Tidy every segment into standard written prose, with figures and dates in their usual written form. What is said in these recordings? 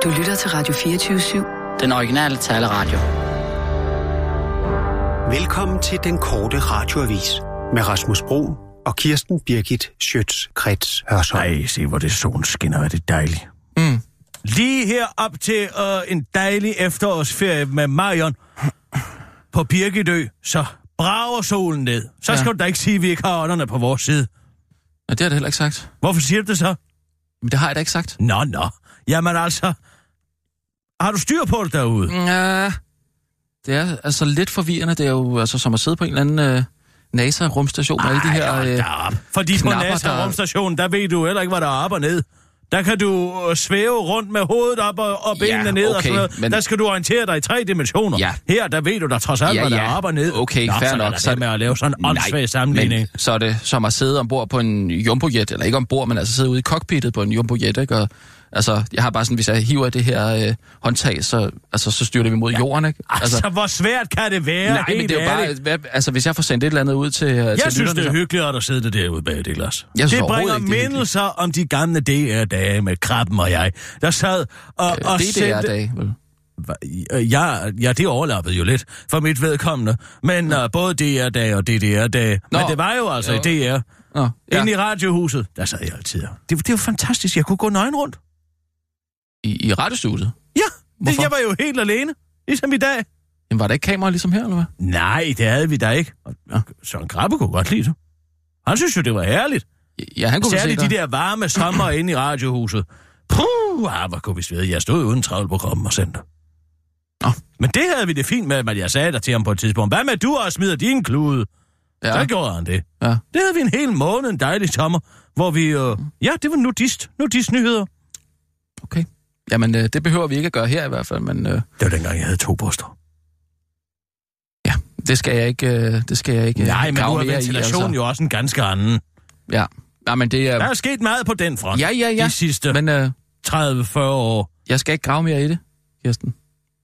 Du lytter til Radio 24/7. Den originale taleradio. Velkommen til den korte radioavis med Rasmus Bro og Kirsten Birgit Schøtz-Krets Hørsholm. Ej, se hvor det solen skinner, er det dejligt. Lige her op til en dejlig efterårsferie med Marion på Birgitø, så brager solen ned. Så skal du da ikke sige, at vi ikke har ånderne på vores side. Ja, det har jeg heller ikke sagt. Hvorfor siger du det så? Men det har jeg da ikke sagt. Nå. Jamen altså, har du styr på det derude? Ja, det er altså lidt forvirrende. Det er jo altså som at sidde på en eller anden NASA-rumstation med alle de her fordi på knapper, NASA-rumstationen, der ved du heller ikke, hvad der er op og ned. Der kan du svæve rundt med hovedet op og benene ned og sådan noget. Men der skal du orientere dig i 3 dimensioner. Ja. Her, der ved du da trods alt, hvad der er op og ned. Okay, fair nok. Så med at lave sådan en åndssvag sammenligning. Så er det som at sidde ombord på en jumbojet, eller ikke ombord, men altså sidde ude i cockpittet på en jumbojet, ikke? Og altså, jeg har bare sådan, hvis jeg hiver det her håndtag, så styrter vi mod jorden, ikke? Altså, hvor svært kan det være? Nej, men det er jo bare, altså, hvis jeg får sendt et eller andet ud til jeg til synes, lytterne, det er hyggeligt at sidde derude bag det glas. Det bringer mindelser om de gamle DR-dage med Krabben og jeg, der sad og det er DR-dage, vel? Ja, det overlappede jo lidt for mit vedkommende. Men både DR-dage og DDR-dage. Men det var jo altså i DR. Inde i radiohuset, der sad jeg altid. Det var fantastisk, jeg kunne gå nøgen rundt. I radiostudiet? Ja, jeg var jo helt alene, ligesom i dag. Men var der ikke kamera ligesom her, eller hvad? Nej, det havde vi da ikke. Søren Krabbe kunne godt lide det. Han synes jo, det var herligt. Ja, han kunne særligt de der varme sommer inde i radiohuset. Hvor kunne vi svede. Jeg stod uden travlt på kroppen og sendte. Men det havde vi det fint med, at jeg sagde der til ham på et tidspunkt. Hvad med, du også smider din klude? Ja. Så gjorde han det. Ja. Det havde vi en hel måned, en dejlig sommer, hvor vi... det var nudist nyheder. Okay. Jamen, det behøver vi ikke at gøre her i hvert fald, men... Det var dengang, jeg havde 2 bryster. Ja, det skal jeg ikke Nej, men nu er ventilationen jo også en ganske anden. Ja. Ja, men det er... Der er sket meget på den front. Ja. De sidste 30-40 år. Jeg skal ikke grave mere i det, Kirsten.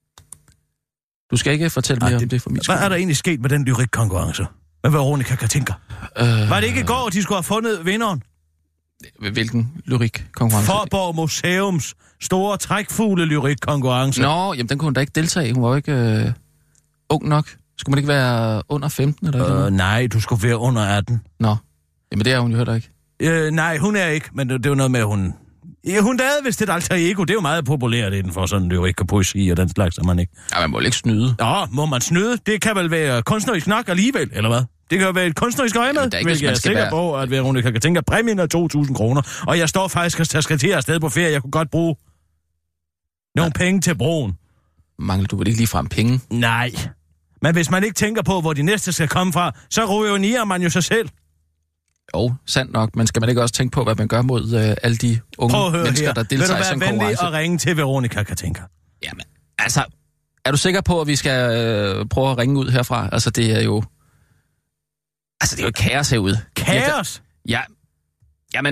Du skal ikke fortælle mere om det for min skyld. Hvad er der egentlig sket med den lyrikkonkurrence? Med Veronica Katinka? Var det ikke i går, at de skulle have fundet vinderen? Hvilken lyrikkonkurrence? Forborg Museums store trækfugle-lyrikkonkurrence. Nå, jamen den kunne hun da ikke deltage i. Hun var jo ikke ung nok. Skulle man ikke være under 15 eller nej, du skulle være under 18. Nå, jamen det er hun jo heller ikke. Nej, hun er ikke, men det er jo noget med, at hun... Ja, hun lavede vist et alter ego. Det er jo meget populært inden for sådan lyrik og poesi og den slags, man ikke. Ja, man må ikke snyde. Ja, må man snyde? Det kan vel være kunstnerisk nok alligevel, eller hvad? Det kan jo være et kunstnerisk øjemed, hvilket jeg er sikker på, at Veronica kan tænke, at præmien er 2.000 kroner. Og jeg står faktisk og skal til afsted på ferie. Jeg kunne godt bruge nogle penge til broen. Mangler du vel ikke ligefrem penge? Nej. Men hvis man ikke tænker på, hvor de næste skal komme fra, så ruinerer man jo sig selv. Jo, sandt nok, men skal man ikke også tænke på, hvad man gør mod alle de unge mennesker, der deltager i sådan en konkurrence? Vil du være venlig at ringe til Veronica Katinka? Jamen, altså, er du sikker på, at vi skal prøve at ringe ud herfra? Altså, det er jo... Altså, det er jo kaos herude. Kaos? Ja. Jamen...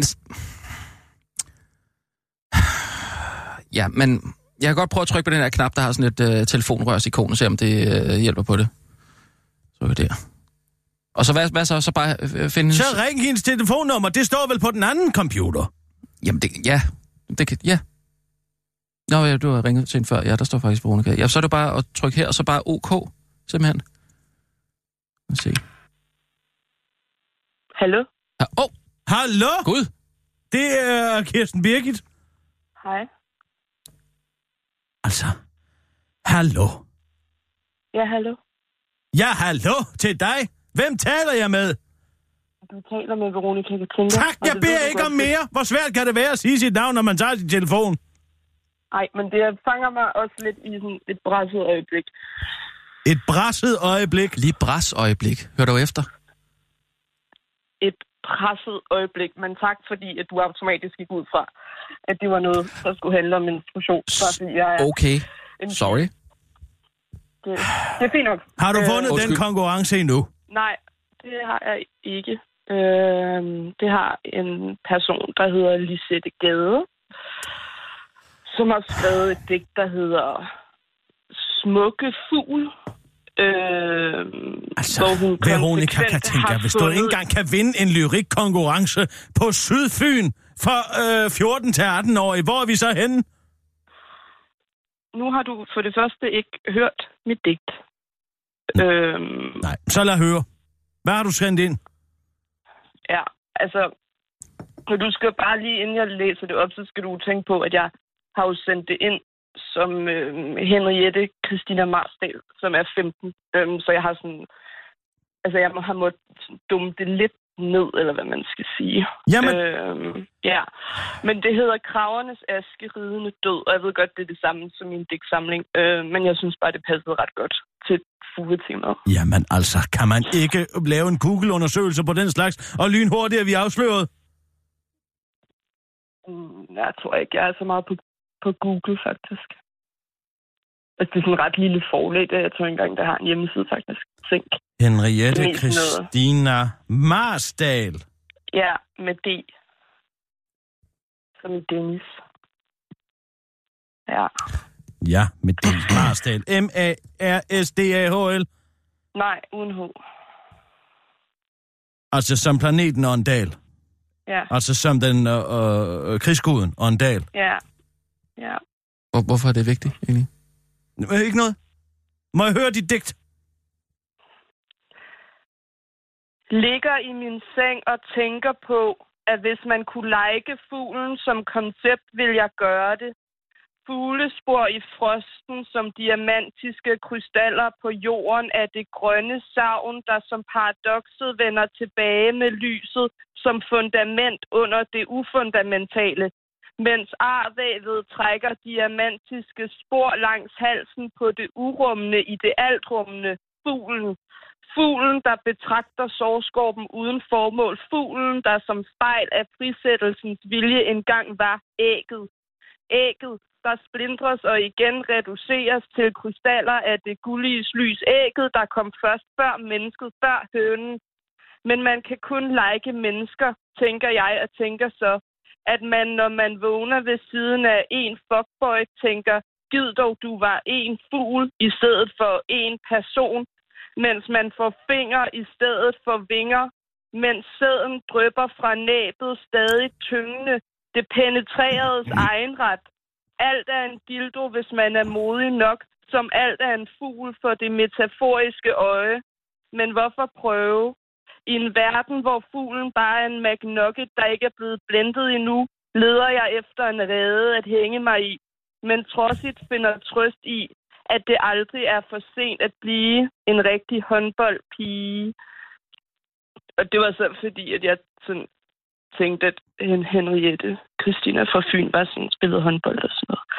Ja, men jeg kan godt prøve at trykke på den her knap, der har sådan et telefonrørsikon, og se om det hjælper på det. Så er det der. Og så hvad så? Så bare finde... Så ring hendes telefonnummer. Det står vel på den anden computer? Jamen, ja. Nå, ja, du har ringet til hende før. Ja, der står faktisk Veronica. Ja, så er det bare at trykke her, og så bare OK, simpelthen. Lad os se. Hallo? Hallo? Gud. Det er Kirsten Birgit. Hej. Altså, hallo? Ja, hallo. Ja, hallo til dig. Hvem taler jeg med? Du taler med Veronica Katinka. Tak, jeg beder ikke om mere. Hvor svært kan det være at sige sit navn, når man tager sin telefon? Nej, men det fanger mig også lidt i sådan et brasset øjeblik. Et brasset øjeblik? Lige brasøjeblik. Hør du efter? Et presset øjeblik, men tak fordi, at du automatisk gik ud fra, at det var noget, der skulle handle om menstruation. Okay, sorry. Det er fint nok. Har du vundet den konkurrence endnu? Nej, det har jeg ikke. Det har en person, der hedder Lisette Gade, som har skrevet et digt, der hedder Smukke Fugl. Veronica Katinka, hvis du ikke engang kan vinde en lyrikkonkurrence på Sydfyn for 14 til 18 år, hvor er vi så henne? nu har du for det første ikke hørt mit digt. Nej, så lad høre. Hvad har du sendt ind? Ja, altså, du skal bare lige, inden jeg læser det op, så skal du tænke på, at jeg har jo sendt det ind som Henriette Christina Marsdal, som er 15. Så jeg har sådan, altså jeg har måttet dumme det lidt ned, eller hvad man skal sige. Jamen... Ja, men det hedder Kravernes aske ridende død, og jeg ved godt, det er det samme som min digtsamling, men jeg synes bare, det passede ret godt til fugletemaet. Jamen altså, kan man ikke lave en Google-undersøgelse på den slags, og lynhurtigt er vi afsløret? Jeg tror ikke, jeg er så meget på Google, faktisk. Altså, det er sådan en ret lille forlag, jeg tror ikke engang, der har en hjemmeside, faktisk. Tænk. Henriette Christina Marsdal. Ja, med D. Som i Dennis. Ja. Ja, med D. Marsdal. M-A-R-S-D-A-H-L. Nej, uden H. Altså som planeten og en dal. Ja. Altså som den krigsguden og en dal. Ja. Ja. Hvorfor er det vigtigt, egentlig? Ikke noget. Må jeg høre dit digt? Ligger i min seng og tænker på, at hvis man kunne like fuglen som koncept, vil jeg gøre det. Fuglespor i frosten som diamantiske krystaller på jorden af det grønne savn, der som paradokset vender tilbage med lyset som fundament under det ufundamentale, mens arvævet trækker diamantiske spor langs halsen på det urummende i det altrummende, fuglen. Fuglen, der betragter sårskorpen uden formål. Fuglen, der som spejl af frisættelsens vilje engang var ægget. Ægget, der splindres og igen reduceres til krystaller af det gullige lys. Ægget, der kom først før mennesket, før hønen. Men man kan kun lege mennesker, tænker jeg, og tænker så, at man, når man vågner ved siden af en fuckboy, tænker, gid dog du var en fugl i stedet for en person, mens man får fingre i stedet for vinger, mens sæden drypper fra næbet stadig tyngende, det penetreredes egenret. Alt er en dildo, hvis man er modig nok, som alt er en fugl for det metaforiske øje. Men hvorfor prøve? I en verden, hvor fuglen bare er en McNugget, der ikke er blevet blendet endnu, leder jeg efter en rede at hænge mig i, men trodsigt finder trøst i, at det aldrig er for sent at blive en rigtig håndboldpige. Og det var så fordi, at jeg sådan tænkte, at Henriette Christina fra Fyn var sådan spillet håndbold og sådan noget.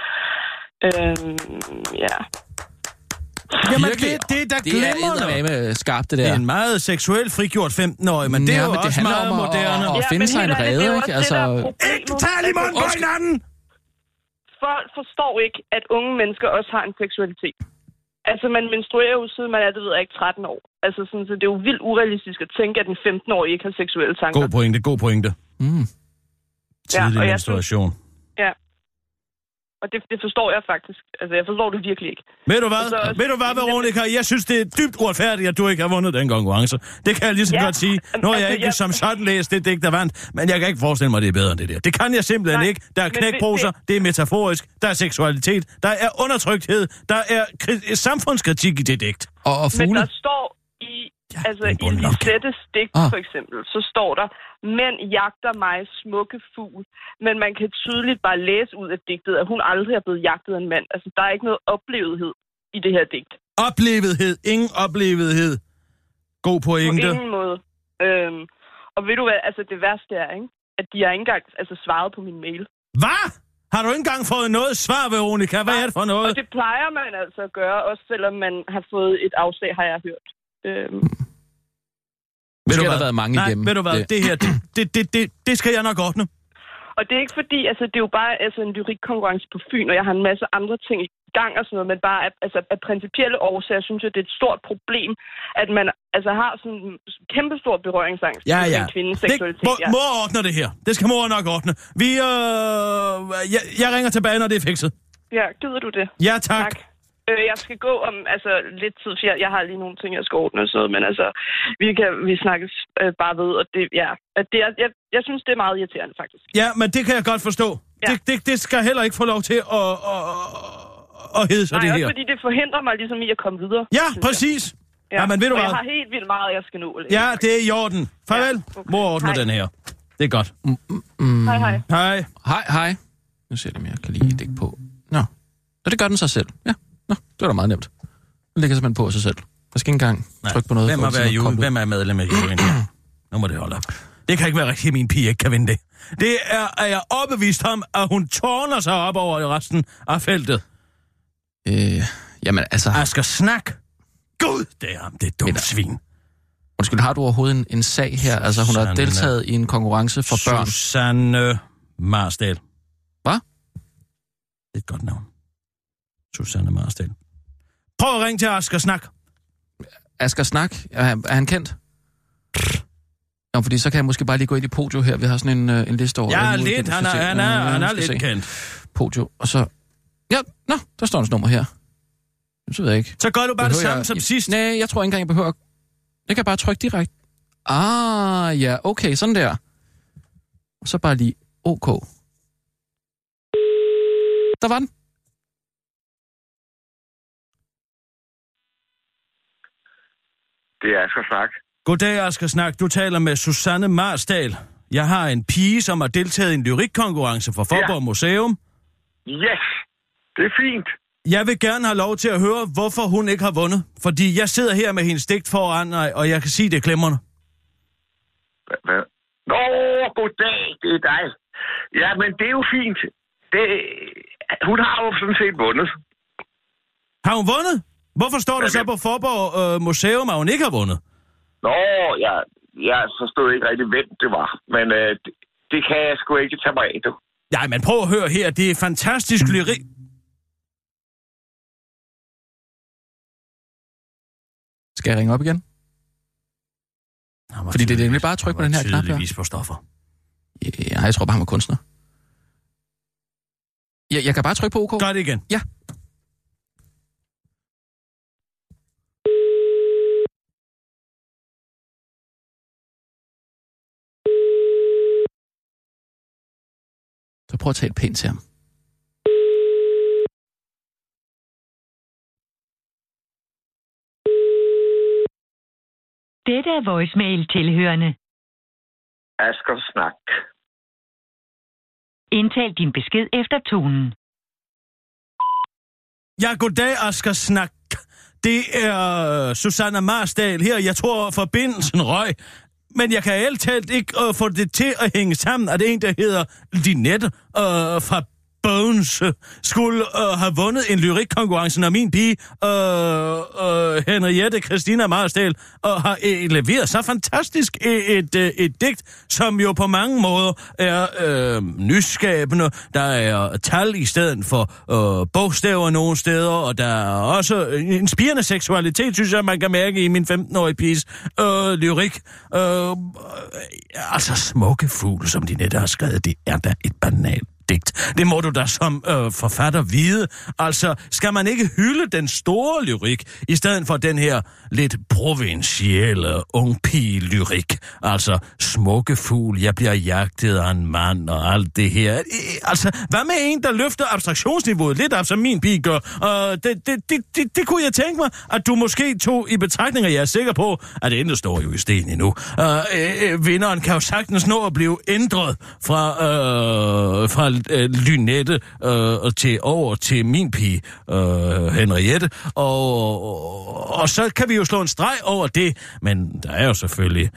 Ja. Jamen, det er da glimrende. Det er skarpt, det der. Det er en meget seksuelt frigjort 15-årig, men det er jo men også meget moderne. Og finde sig en rede, ikke? Altså... Tag lige munden på hinanden! Folk forstår ikke, at unge mennesker også har en seksualitet. Altså, man menstruerer jo siden man er, det ved jeg ikke, 13 år. Altså, sådan, så det er jo vildt urealistisk at tænke, at en 15-årig ikke har seksuelle tanker. God pointe. Tidlig menstruation. Ja. Og det forstår jeg faktisk. Altså, jeg forstår det virkelig ikke. Ved du hvad, Veronica? Jeg synes, det er dybt uretfærdigt, at du ikke har vundet den konkurrence. Det kan jeg lige så godt sige. Nu har jeg ikke som sådan læst det digt, der vandt, men jeg kan ikke forestille mig, at det er bedre end det der. Det kan jeg simpelthen ikke. Der er knækproser, det er metaforisk, der er seksualitet, der er undertrykthed, der er samfundskritik i det digt. Og fugle? Men der står i Lisettes digt, for eksempel, så står der, mænd jagter mig, smukke fugl. Men man kan tydeligt bare læse ud af digtet, at hun aldrig er blevet jagtet af en mand. Altså, der er ikke noget oplevethed i det her digt. Oplevethed? Ingen oplevethed. God pointe. På ingen måde. Og ved du hvad, altså det værste er, ikke? At de har ikke engang svaret på min mail. Hvad? Har du ikke engang fået noget svar, Veronica? Hvad er det for noget? Og det plejer man altså at gøre, også selvom man har fået et afslag, har jeg hørt. Ved du hvad? Der været mange igennem. Ved du hvad? Det skal jeg nok ordne. Og det er ikke fordi, altså det er jo bare en lyrikkonkurrence på Fyn, og jeg har en masse andre ting i gang og sådan noget, men bare af principielle årsager, synes jeg, det er et stort problem, at man har sådan en kæmpestor berøringsangst til en kvindes seksualitet. Mor ordner det her. Det skal mor nok ordne. Jeg ringer tilbage, når det er fikset. Ja, gider du det? Ja, tak. Jeg skal gå om lidt tid, for jeg har lige nogle ting, jeg skal ordne og sådan noget, men vi snakkes bare ved, og jeg synes, det er meget irriterende, faktisk. Ja, men det kan jeg godt forstå. Ja. Det skal heller ikke få lov til og hed så Nej, det også her. fordi det forhindrer mig ligesom i at komme videre. Ja, præcis. Ja, men ved du og hvad? jeg har helt vildt meget, jeg skal nå. Ja, det er i orden. Farvel. Ja, okay. Mor ordner den her. Det er godt. Hej, hej. Hej. Hej. Nu ser jeg, om jeg kan lige dække på. Nå, og det gør den sig selv. Ja, nå, det var da meget nemt. Den ligger simpelthen på sig selv. Jeg skal ikke engang trykke på noget. Hvem er medlem af juryen her? Nu må det holde op. Det kan ikke være rigtigt, at min pige ikke kan vinde det. Det er jeg overbevist om, at hun tårner sig op over resten af feltet. Jamen altså... Asger Snak. Gud, det er ham, det er dumt svin. Undskyld, har du overhovedet en sag her? Altså, hun har deltaget i en konkurrence for børn. Susanne Marsdal. Hvad? Det er et godt navn. Susanne Marsdal. Prøv at ringe til Asger Snak. Asger Snak? Er han kendt? Nå, fordi så kan jeg måske bare lige gå ind i Podio her. Vi har sådan en liste over... Ja, lidt. Han er lidt kendt. Podio, og så... Ja, nå, der står hans nummer her. Så ved jeg ikke. Så gør du bare det samme som sidst. Nej, jeg tror ikke engang, jeg behøver... Jeg kan bare trykke direkte. Ja, okay, sådan der. Og så bare lige OK. Der var den. Det er Asger Snak. Goddag, Asger Snak. Du taler med Susanne Marsdal. Jeg har en pige, som har deltaget i en lyrikkonkurrence for Faaborg Museum. Yes, det er fint. Jeg vil gerne have lov til at høre, hvorfor hun ikke har vundet. Fordi jeg sidder her med hendes digt foran mig, og jeg kan sige, det er glimrende. Hvad? Nå, goddag, det er dig. Ja, men det er jo fint. Hun har jo sådan set vundet. Har hun vundet? Hvorfor står der så på Faaborg Museum, at hun ikke har vundet? Nå, jeg forstod ikke rigtig, hvem det var. Men det kan jeg sgu ikke tage mig af, du. Nej, men prøv at høre her. Det er fantastisk lyrik. Skal jeg ringe op igen? Fordi det er nemlig bare at trykke på den her knap her. Tydeligvis på stoffer. Ja, jeg tror bare, han var kunstner. Ja, jeg kan bare trykke på OK. Gør det igen. Ja. Så prøv at tale pænt til ham. Dette er voicemail tilhørende. Asger Snak. Indtal din besked efter tonen. Ja, goddag, Asger Snak. Det er Susanne Marsdal her. Jeg tror, forbindelsen røg. Men jeg kan ærligt talt ikke få det til at hænge sammen. Er det en, der hedder Linette fra Bones skulle have vundet en lyrikkonkurrence, når min pige, Henriette Christina Marsdal, har leveret så fantastisk et digt, som jo på mange måder er nyskabende. Der er tal i stedet for bogstaver nogle steder, og der er også en spirende seksualitet, synes jeg, man kan mærke i min 15-årige piges lyrik. Altså, smukke fugl, som Linette har skrevet, det er da et banalt digt. Det må du da som forfatter vide. Altså, skal man ikke hylde den store lyrik, i stedet for den her lidt provincielle ungpige-lyrik? Altså, smukke fugl, jeg bliver jagtet af en mand og alt det her. Altså, hvad med en, der løfter abstraktionsniveauet lidt op, som min pige gør? Det kunne jeg tænke mig, at du måske tog i betragtning, og jeg er sikker på, at det endnu står jo i sten endnu. Vinderen kan jo sagtens nå at blive ændret fra Lynette over til min pige, Henriette, og så kan vi jo slå en streg over det, men der er jo selvfølgelig...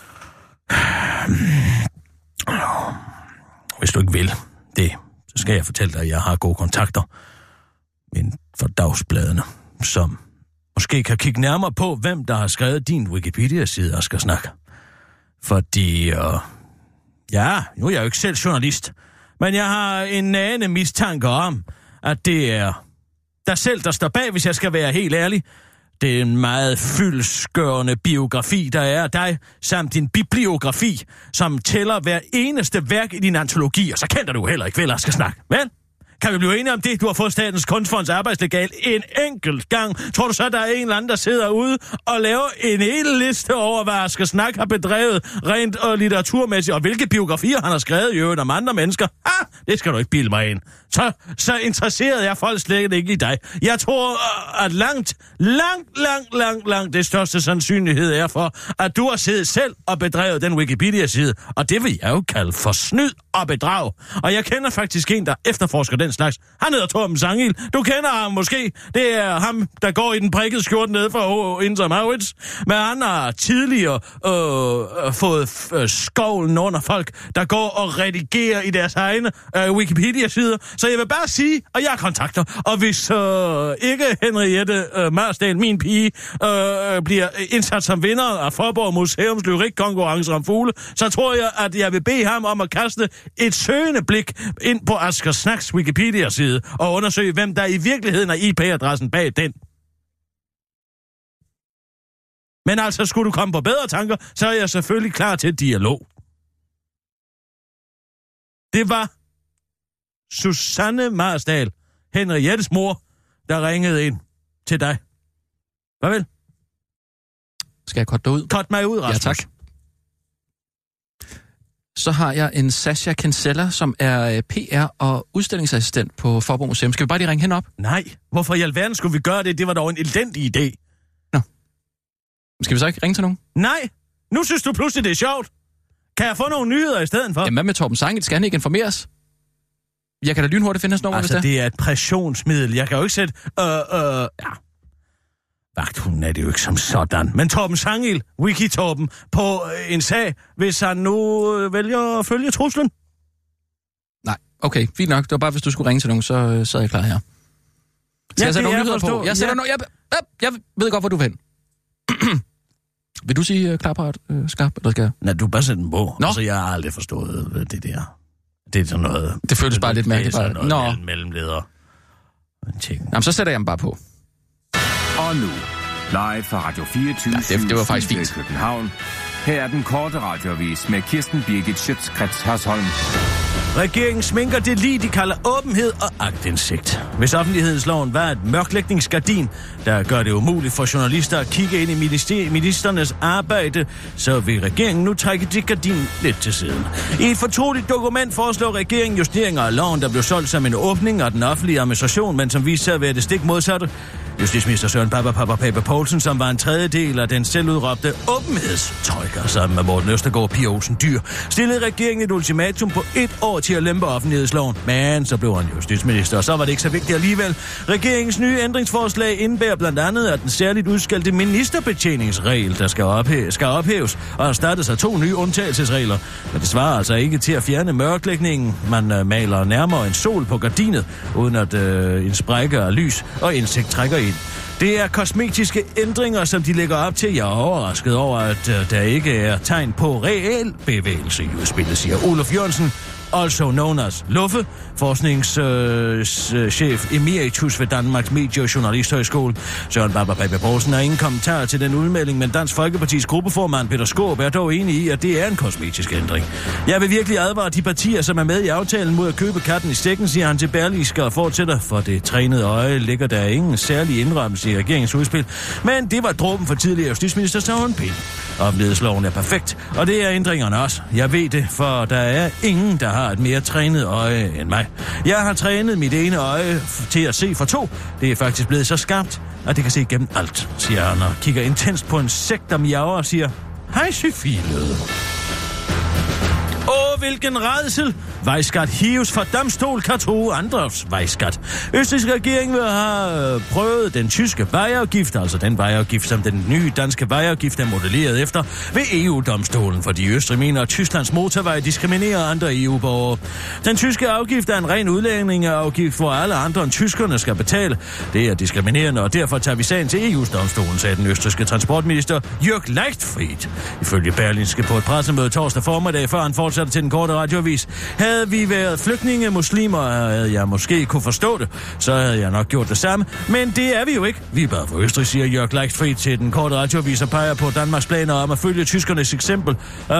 Hvis du ikke vil det, så skal jeg fortælle dig, at jeg har gode kontakter inden for dagsbladene, som måske kan kigge nærmere på, hvem der har skrevet din Wikipedia-side, Asger Snak. Fordi, ja, nu er jeg jo ikke selv journalist, men jeg har en nagende mistanke om, at det er dig selv, der står bag, hvis jeg skal være helt ærlig. Det er en meget fyldestgørende biografi, der er af dig, samt din bibliografi, som tæller hver eneste værk i din antologi, og så kender du heller ikke, vel, Asger Snak, vel? Kan vi blive enige om det? Du har fået Statens Kunstfonds arbejdslegal en enkelt gang. Tror du så, der er en eller anden, der sidder ude og laver en hel liste over, hvad Asger Snak har bedrevet rent og litteraturmæssigt, og hvilke biografier han har skrevet i øvrigt om andre mennesker? Det skal du ikke bilde mig ind. Så interesseret er folk slet ikke i dig. Jeg tror, at langt det største sandsynlighed er for, at du har siddet selv og bedrevet den Wikipedia-side, og det vil jeg jo kalde for snyd og bedrag. Og jeg kender faktisk en, der efterforsker den slags. Han hedder Torben Sangil. Du kender ham måske. Det er ham, der går i den prikkede skjorte nede for Inter Maurits. Men han har tidligere fået skovlen under folk, der går og redigerer i deres egne Wikipedia-sider. Så jeg vil bare sige, at jeg kontakter. Og hvis ikke Henriette Marsdal, min pige, bliver indsat som vinder af Forborg Museums lyrikkonkurrence om fugle, så tror jeg, at jeg vil bede ham om at kaste et søgende blik ind på Asger Snaks Wikipedia-side og undersøge, hvem der i virkeligheden er IP-adressen bag den. Men altså, skulle du komme på bedre tanker, så er jeg selvfølgelig klar til dialog. Det var Susanne Marsdal, Henriettes mor, der ringede ind til dig. Hvad vel? Skal jeg korte dig ud? Kort mig ud, Rasmus. Ja, tak. Så har jeg en Sasha Kinsella, som er PR- og udstillingsassistent på Forborg Museum. Skal vi bare lige ringe hende op? Nej, hvorfor i alverden skulle vi gøre det? Det var dog en elendig idé. Nå. Skal vi så ikke ringe til nogen? Nej, nu synes du pludselig, det er sjovt. Kan jeg få nogle nyheder i stedet for? Jamen, hvad med Torben Sangil? Skal han ikke informeres? Jeg kan da lynhurtigt finde hans nummer, altså, hvis det er et pressionsmiddel. Jeg kan jo ikke sætte... Ja. Vagthunden er det jo ikke som sådan. Men Torben Sangil, Wiki-Torben, på en sag, hvis han nu vælger at følge truslen? Nej, okay, fint nok. Det var bare, hvis du skulle ringe til nogen, så sad jeg klar her. Skal jeg sætte nogle nyheder på? Jeg sætter jeg ved godt, hvor du vil hen. Vil du sige klar, parat, skarp, eller skal jeg? Nej, du bare sætte den på. Nå. Altså, jeg har aldrig forstået det der. Det er sådan noget... Det føles bare lidt mærkeligt. Det er sådan noget mellemleder. Jamen, så sætter jeg dem bare på. Og nu, live fra Radio 24. Ja, det var faktisk fint. København. Her er den korte radioavis med Kirsten Birgit Schøtz-Krets Hørsholm. Regeringen sminker det lige, de kalder åbenhed og aktindsigt. Hvis offentlighedsloven var et mørklægningsgardin, der gør det umuligt for journalister at kigge ind i ministernes arbejde, så vil regeringen nu trække det gardin lidt til siden. I et fortroligt dokument foreslår regeringen justeringer af loven, der blev solgt som en åbning af den offentlige administration, men som viste sig at være det stik modsatte. Justitsminister Søren Pape Poulsen, som var en tredjedel af den selvudråbte åbenhedstrojker, sammen med Morten Østergaard og Pia Olsen Dyhr, stillede regeringen et ultimatum på 1 år til at lempe offentlighedsloven. Men så blev han justitsminister, og så var det ikke så vigtigt alligevel. Regeringens nye ændringsforslag indebærer blandt andet, at den særligt udskældte ministerbetjeningsregel, der skal ophæves, og erstattes af 2 nye undtagelsesregler. Men det svarer altså ikke til at fjerne mørklægningen. Man maler nærmere en sol på gardinet, uden at en sprække af lys og insekt trækker ind. Det er kosmetiske ændringer, som de lægger op til. Jeg er overrasket over, at der ikke er tegn på reel bevægelse i udspillet, siger Olaf Jørgensen, also known as Luffe, forskningschef emeritus ved Danmarks Medie- og Journalisthøjskole. Søren Pape Poulsen har ingen kommentar til den udmelding, men Dansk Folkepartis gruppeformand Peter Skaarup er dog enig i, at det er en kosmetisk ændring. Jeg vil virkelig advare de partier, som er med i aftalen mod at købe katten i stikken, siger han til Berlingske og fortsætter. For det trænede øje ligger der ingen særlig indrømmelse i regeringens udspil, men det var dråben for tidligere justitsminister Søren Pind. Offentlighedsloven er perfekt, og det er ændringerne også. Jeg ved det, for der er ingen, der har et mere trænet øje end mig. Jeg har trænet mit ene øje til at se for 2. Det er faktisk blevet så skarpt, at det kan se igennem alt, siger han og kigger intenst på en sæk, der miaver og siger, hej Sofie. Hvilken rædsel! Vejskat hives fra domstol kan true andres vejskat. Østrigsk regering vil have prøvet den tyske vejafgift, altså den vejafgift, som den nye danske vejafgift er modelleret efter, ved EU-domstolen, fordi Østrig mener, at Tysklands motorvej diskriminerer andre EU-borgere. Den tyske afgift er en ren udlændingeafgift, hvor alle andre end tyskerne skal betale. Det er diskriminerende, og derfor tager vi sagen til EU-domstolen, sagde den østrigske transportminister Jörg Leichtfried. Ifølge Berlingske på et pressemøde torsdag formiddag, før han fortsatte til den korte radioavis. Havde vi været flygtninge, muslimer, havde jeg måske kunne forstå det, så havde jeg nok gjort det samme. Men det er vi jo ikke. Vi er bare for Østrig, siger Jörg Leichtfried til den korte radioavis og peger på Danmarks planer om at følge tyskernes eksempel.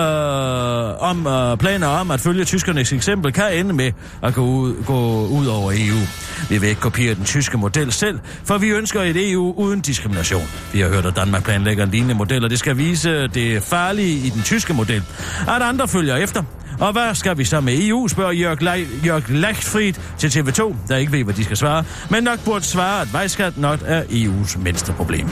Planer om at følge tyskernes eksempel kan ende med at gå ud over EU. Vi vil ikke kopiere den tyske model selv, for vi ønsker et EU uden diskrimination. Vi har hørt, at Danmark planlægger en lignende model, og det skal vise det farlige i den tyske model. At andre følger efter. Og hvad skal vi så med EU, spørger Jörg Leichtfried til TV2, der ikke ved, hvad de skal svare, men nok burde svare, at vejskat nok er EU's mindste problem.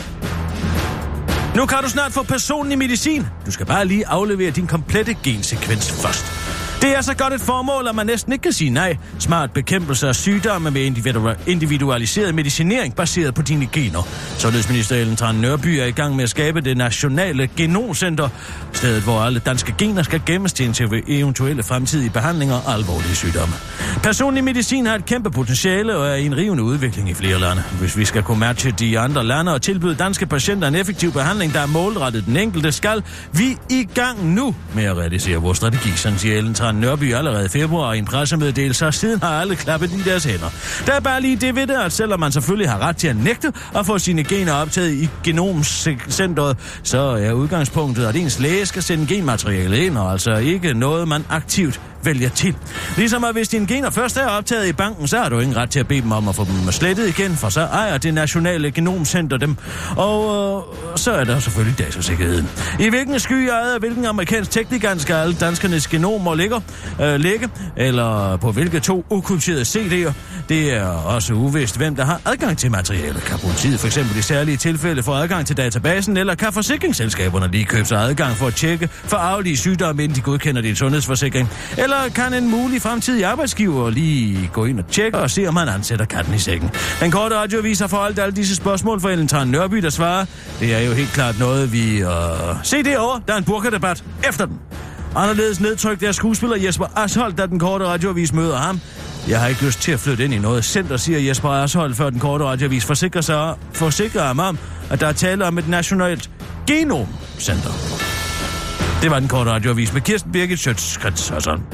Nu kan du snart få personlig medicin. Du skal bare lige aflevere din komplette gensekvens først. Det er så godt et formål, at man næsten ikke kan sige nej. Smart bekæmpelse af sygdomme med individualiseret medicinering baseret på dine gener. Sundhedsminister Ellen Trane Nørby er i gang med at skabe det nationale genomcenter. Stedet, hvor alle danske gener skal gemmes til eventuelle fremtidige behandlinger og alvorlige sygdomme. Personlig medicin har et kæmpe potentiale og er i en rivende udvikling i flere lande. Hvis vi skal kunne matche de andre lande og tilbyde danske patienter en effektiv behandling, der er målrettet den enkelte, skal vi i gang nu med at realisere vores strategi, sådan siger Ellen Trane Nørby allerede i februar i en pressemeddelelse, og siden har alle klappet i deres hænder. Der er bare lige det ved det, at selvom man selvfølgelig har ret til at nægte at få sine gener optaget i genomcentret, så er udgangspunktet, at ens læge skal sende genmateriale ind, og altså ikke noget, man aktivt vælger til. Ligesom at hvis dine gener først er optaget i banken, så har du ingen ret til at bede dem om at få dem slettet igen, for så ejer det nationale genomcenter dem. Og så er der selvfølgelig datasikkerheden. I hvilken sky ejer hvilken amerikansk tekniker skal alle danskernes genomer ligge, eller på hvilke 2 ukrypterede CD'er. Det er også uvist, hvem der har adgang til materialet. Kan politiet for eksempel i særlige tilfælde få adgang til databasen, eller kan forsikringsselskaberne lige købe sig adgang for at tjekke for arvelige sygdomme, inden de godkender din sundhedsforsikring? Eller kan en mulig fremtidig arbejdsgiver lige gå ind og tjekke og se, om han ansætter katten i sækken? Den korte radioavis har forholdt alle disse spørgsmål for Ellen Trane Nørby, der svarer. Det er jo helt klart noget, vi... Se derovre, der er en burkadebat efter den. Anderledes nedtrykt er skuespiller Jesper Asholdt, da den korte radioavis møder ham. Jeg har ikke lyst til at flytte ind i noget center, siger Jesper Asholdt, før den korte radioavis forsikrer ham om, at der er tale om et nationalt genomcenter. Det var den korte radioavis med Kirsten Birgit Schøtz-Krets og sådan.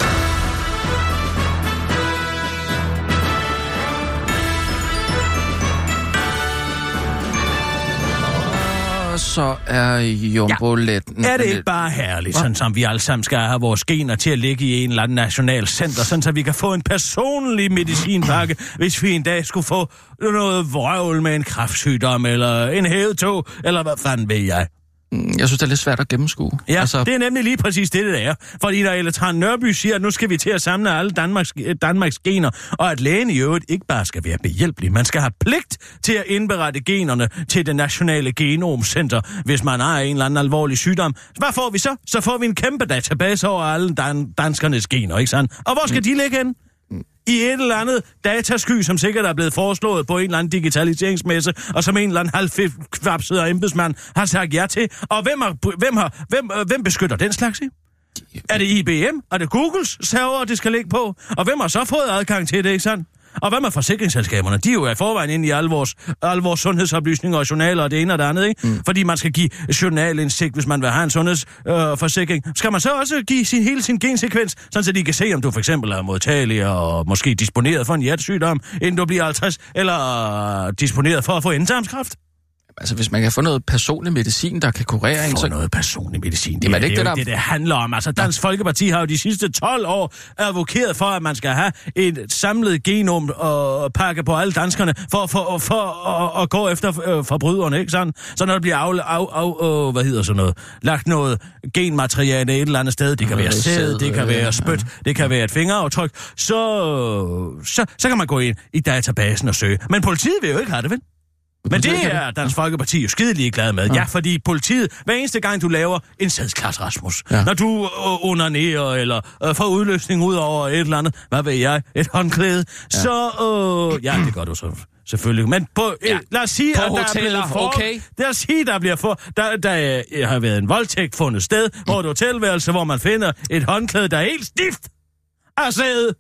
Så er jumbo-letten... Ja. Er det ikke bare herligt, sådan som vi alle sammen skal have vores gener til at ligge i en eller anden national center, sådan så vi kan få en personlig medicinpakke, hvis vi en dag skulle få noget vrøvl med en kræftsygdom, eller en hævetog, eller hvad fanden ved jeg. Jeg synes, det er lidt svært at gennemskue. Ja, altså... det er nemlig lige præcis det er. Fordi når Ellen Trane Nørby siger, at nu skal vi til at samle alle Danmarks gener, og at lægen i øvrigt ikke bare skal være behjælpelig, man skal have pligt til at indberette generne til det nationale genomcenter, hvis man har en eller anden alvorlig sygdom. Hvad får vi så? Så får vi en kæmpe database over alle danskernes gener, ikke sandt? Og hvor skal de ligge hen? I et eller andet datasky, som sikkert er blevet foreslået på en eller anden digitaliseringsmesse, og som en eller anden halvkvapset embedsmand har sagt ja til. Og hvem beskytter den slags? Er det IBM? Er det Googles server, det skal ligge på? Og hvem har så fået adgang til det, ikke sandt? Og hvad med forsikringsselskaberne? De er jo i forvejen inde i alle vores sundhedsoplysninger og journaler og det ene og det andet, ikke? Fordi man skal give journalindsigt, hvis man vil have en sundhedsforsikring. Skal man så også give hele sin gensekvens, sådan så de kan se, om du for eksempel er modtagelig og måske disponeret for en hjertesygdom, inden du bliver 50, eller disponeret for at få endetarmskræft? Altså, hvis man kan få noget personlig medicin, der kan kurere en... Få noget personlig medicin, det er ikke det, det handler om. Altså, Dansk Folkeparti har jo de sidste 12 år advokeret for, at man skal have et samlet genom og pakke på alle danskerne, for at gå efter forbryderne, ikke sådan? Så når der bliver lagt noget genmateriale et eller andet sted, det kan være sæd, det kan være spyt, det kan være et fingeraftryk, så kan man gå ind i databasen og søge. Men politiet vil jo ikke have det, vel? Men det er Dansk Folkeparti jo skidelig glad med. Ja, fordi politiet, hver eneste gang du laver en sædsklat, Rasmus, når du onanerer eller får udløsning ud over et eller andet, hvad ved jeg, et håndklæde, så... ja, det gør du så selvfølgelig. Men lad os sige, på at hoteller, lad os sige, der har været en voldtægt fundet sted, hvor et hotelværelse, hvor man finder et håndklæde, der er helt stift af sæde.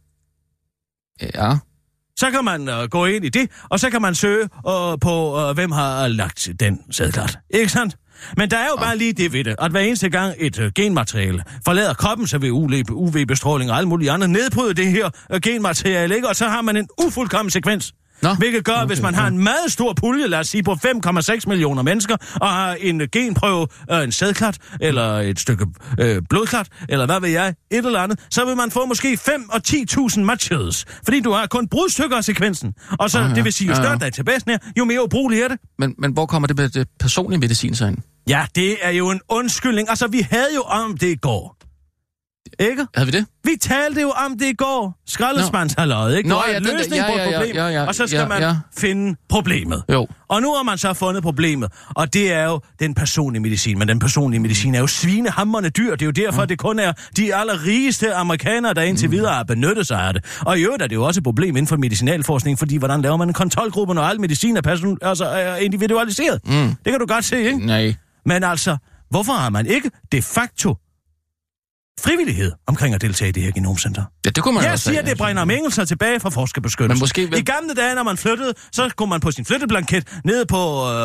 Ja. Så kan man gå ind i det, og så kan man søge på, hvem har lagt den sædklart. Ikke sandt? Men der er jo bare lige det ved det, at hver eneste gang et genmateriale forlader kroppen sig ved UV-bestråling og alt muligt andet, nedbryder det her genmateriale, ikke? Og så har man en ufuldkommen sekvens. Hvilket gør, hvis man har en meget stor pulje, lad os sige på 5,6 millioner mennesker, og har en genprøve, en sædklat, eller et stykke blodklat, eller hvad ved jeg, et eller andet, så vil man få måske 5 og 10.000 matches, fordi du har kun brudstykker af sekvensen. Og så, det vil sige, jo større databasen er, jo mere ubrugelig er det. Men hvor kommer det med det personlige medicin så ind? Ja, det er jo en undskyldning. Altså, vi havde jo om det i går. Ikke? Havde vi det? Vi talte jo om det i går. Skraldespandshaløjet, ikke? Nå, ja, løsning på et problem, og så skal man finde problemet. Jo. Og nu har man så fundet problemet, og det er jo den personlige medicin. Men den personlige medicin er jo svinehamrende dyr. Det er jo derfor, det kun er de allerrigeste amerikanere, der indtil videre har benyttet sig af det. Og i øvrigt er det jo også et problem inden for medicinalforskning, fordi hvordan laver man en kontrolgruppe, når al medicin er individualiseret? Det kan du godt se, ikke? Nej. Men altså, hvorfor har man ikke de facto frivillighed omkring at deltage i det her genomcenter? Ja, det kunne man jeg siger, det bringer engelser tilbage fra forskerbeskyttelse. I gamle dage, når man flyttede, så kunne man på sin flytteblanket nede på...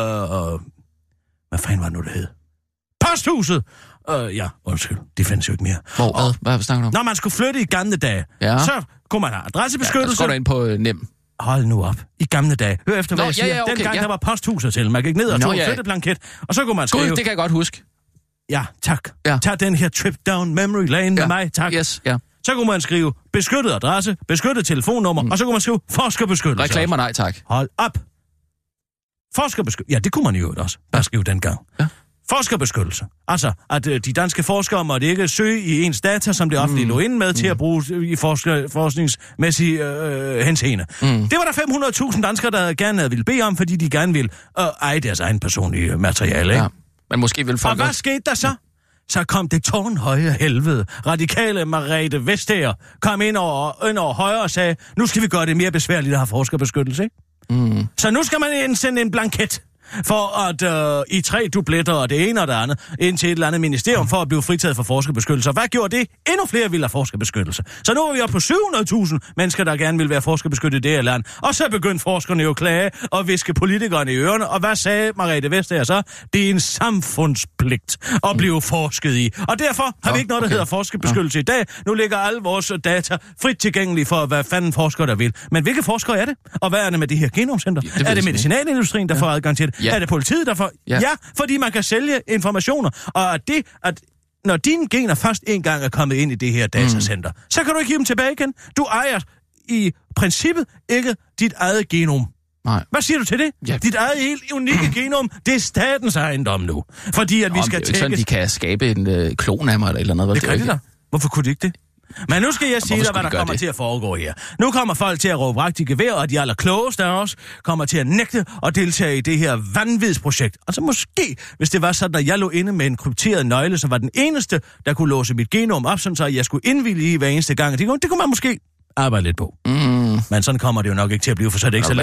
hvad fanden var det nu, det hed? Posthuset! Undskyld, det findes jo ikke mere. Hvad snakker du om? Når man skulle flytte i gamle dage, så kunne man have adressebeskyttelse. Ja, så går du ind på Nem. Hold nu op. I gamle dage. Hør efter, hvad jeg siger. Okay, dengang der var posthuset til. Man gik ned og tog en flytteblanket, og så kunne man skrive... God, det kan jeg godt huske. Ja, tak. Ja. Tag den her trip down memory lane med mig, tak. Yes, ja. Så kunne man skrive beskyttet adresse, beskyttet telefonnummer, og så kunne man skrive forskerbeskyttelse. Reklamer nej, tak. Hold op. Forskerbeskyttelse. Ja, det kunne man jo også bare skrive dengang. Ja. Forskerbeskyttelse. Altså, at de danske forskere måtte ikke søge i ens data, som det offentlige lå inde med, til at bruge i forskningsmæssig henseende. Det var der 500.000 danskere, der gerne havde ville bede om, fordi de gerne ville eje deres egen personlige materiale, ikke? Ja. Men måske vil folk... Og hvad skete der så? Så kom det tårnhøje helvede. Radikale Margrethe Vestager kom ind over højre og sagde, nu skal vi gøre det mere besværligt at have forskerbeskyttelse, ikke? Så nu skal man indsende en blanket for at i 3 dubletter og det ene og det andet ind til et eller andet ministerium for at blive fritaget for forskerbeskyttelse. Hvad gjorde det? Endnu flere ville have forskerbeskyttelse. Så nu er vi oppe på 700.000 mennesker, der gerne vil være forskerbeskyttet i det her land. Og så begyndte forskerne jo at klage og viske politikerne i ørerne. Og hvad sagde Margrethe Vestager så? Det er en samfundspligt at blive forsket i. Og derfor har vi ikke noget, der hedder forskerbeskyttelse i dag. Nu ligger alle vores data frit tilgængelige for, hvad fanden forskere der vil. Men hvilke forskere er det? Og hvad er det med det her genomcenter? Er det medicinalindustrien, der får adgang til det? Ja. Er det politiet, der får... Ja, fordi man kan sælge informationer. Og at når dine gener først engang er kommet ind i det her datacenter, så kan du ikke give dem tilbage igen. Du ejer i princippet ikke dit eget genom. Nej. Hvad siger du til det? Ja. Dit eget helt unikke genom, det er statens ejendom nu. Fordi at vi skal tækkes... sådan, de kan skabe en klon af mig eller noget. Det kan de da. Hvorfor kunne de ikke det? Men nu skal jeg sige dig, hvad der kommer til at foregå her. Nu kommer folk til at råbe ragt i gevær, og de allerklogeste af os kommer til at nægte at deltage i det her vanvidsprojekt. Altså måske, hvis det var sådan, at jeg lå inde med en krypteret nøgle, som var den eneste, der kunne låse mit genom op, sådan så jeg skulle indvillige i hver eneste gang. Det kunne man måske arbejde lidt på. Men sådan kommer det jo nok ikke til at blive, for så er det ikke så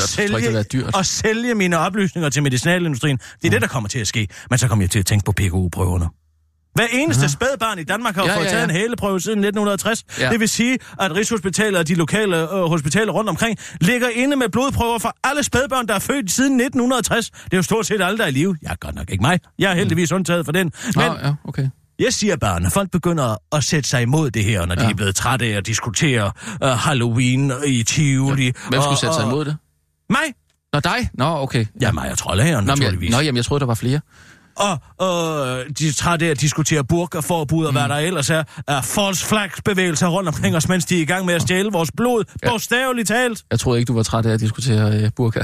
let at sælge mine oplysninger til medicinalindustrien. Det er det, der kommer til at ske. Men så kommer jeg til at tænke på PKU-prøverne. Hver eneste spædbarn i Danmark har fået taget en hæleprøve siden 1960. Ja. Det vil sige, at Rigshospitalet og de lokale hospitaler rundt omkring ligger inde med blodprøver for alle spædbørn, der er født siden 1960. Det er jo stort set alle, der er i live. Jeg er godt nok ikke mig. Jeg er heldigvis undtaget for den. Men jeg siger bare, når folk begynder at sætte sig imod det her, når de er blevet trætte af at diskutere Halloween i Tivoli... Ja. Hvem skulle sætte sig imod det? Mig. Nå, dig? Nå, okay. Ja, mig og Troldhageren, naturligvis. Jamen, jeg troede, der var flere. Og de er trætte af at diskutere burkaforbud og hvad der ellers er false flags-bevægelser rundt omkring os, mens de er i gang med at stjæle vores blod, bogstaveligt talt. Jeg troede ikke, du var træt af at diskutere burka.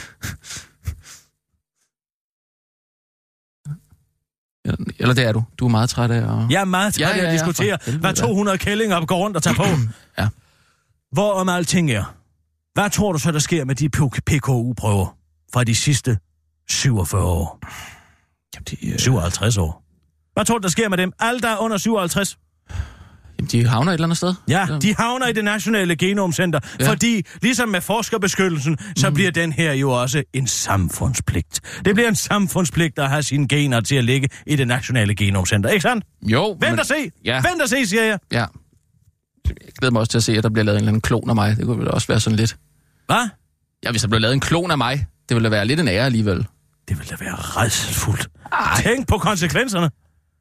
Eller det er du. Du er meget træt af at... Jeg er meget træt af at diskutere, hvad 200 kællinger går rundt og tager på. Ja. Hvorom alting er. Hvad tror du så, der sker med de PKU-prøver fra de sidste 47 år? Jamen, 57 år. Hvad tror du, der sker med dem? Alle, der er under 57? Jamen, de havner et eller andet sted. Ja, de havner i det nationale genomcenter, fordi ligesom med forskerbeskyttelsen, så bliver den her jo også en samfundspligt. Det bliver en samfundspligt at have sine gener til at ligge i det nationale genomcenter, ikke sandt? Jo. Vent og se! Ja. Vent og se, siger jeg. Ja. Jeg glæder mig også til at se, at der bliver lavet en eller anden klon af mig. Det kunne vel også være sådan lidt... Hvad? Ja, hvis der bliver lavet en klon af mig, det ville da være lidt en ære alligevel. Det vil da være rædselsfuldt. Tænk på konsekvenserne.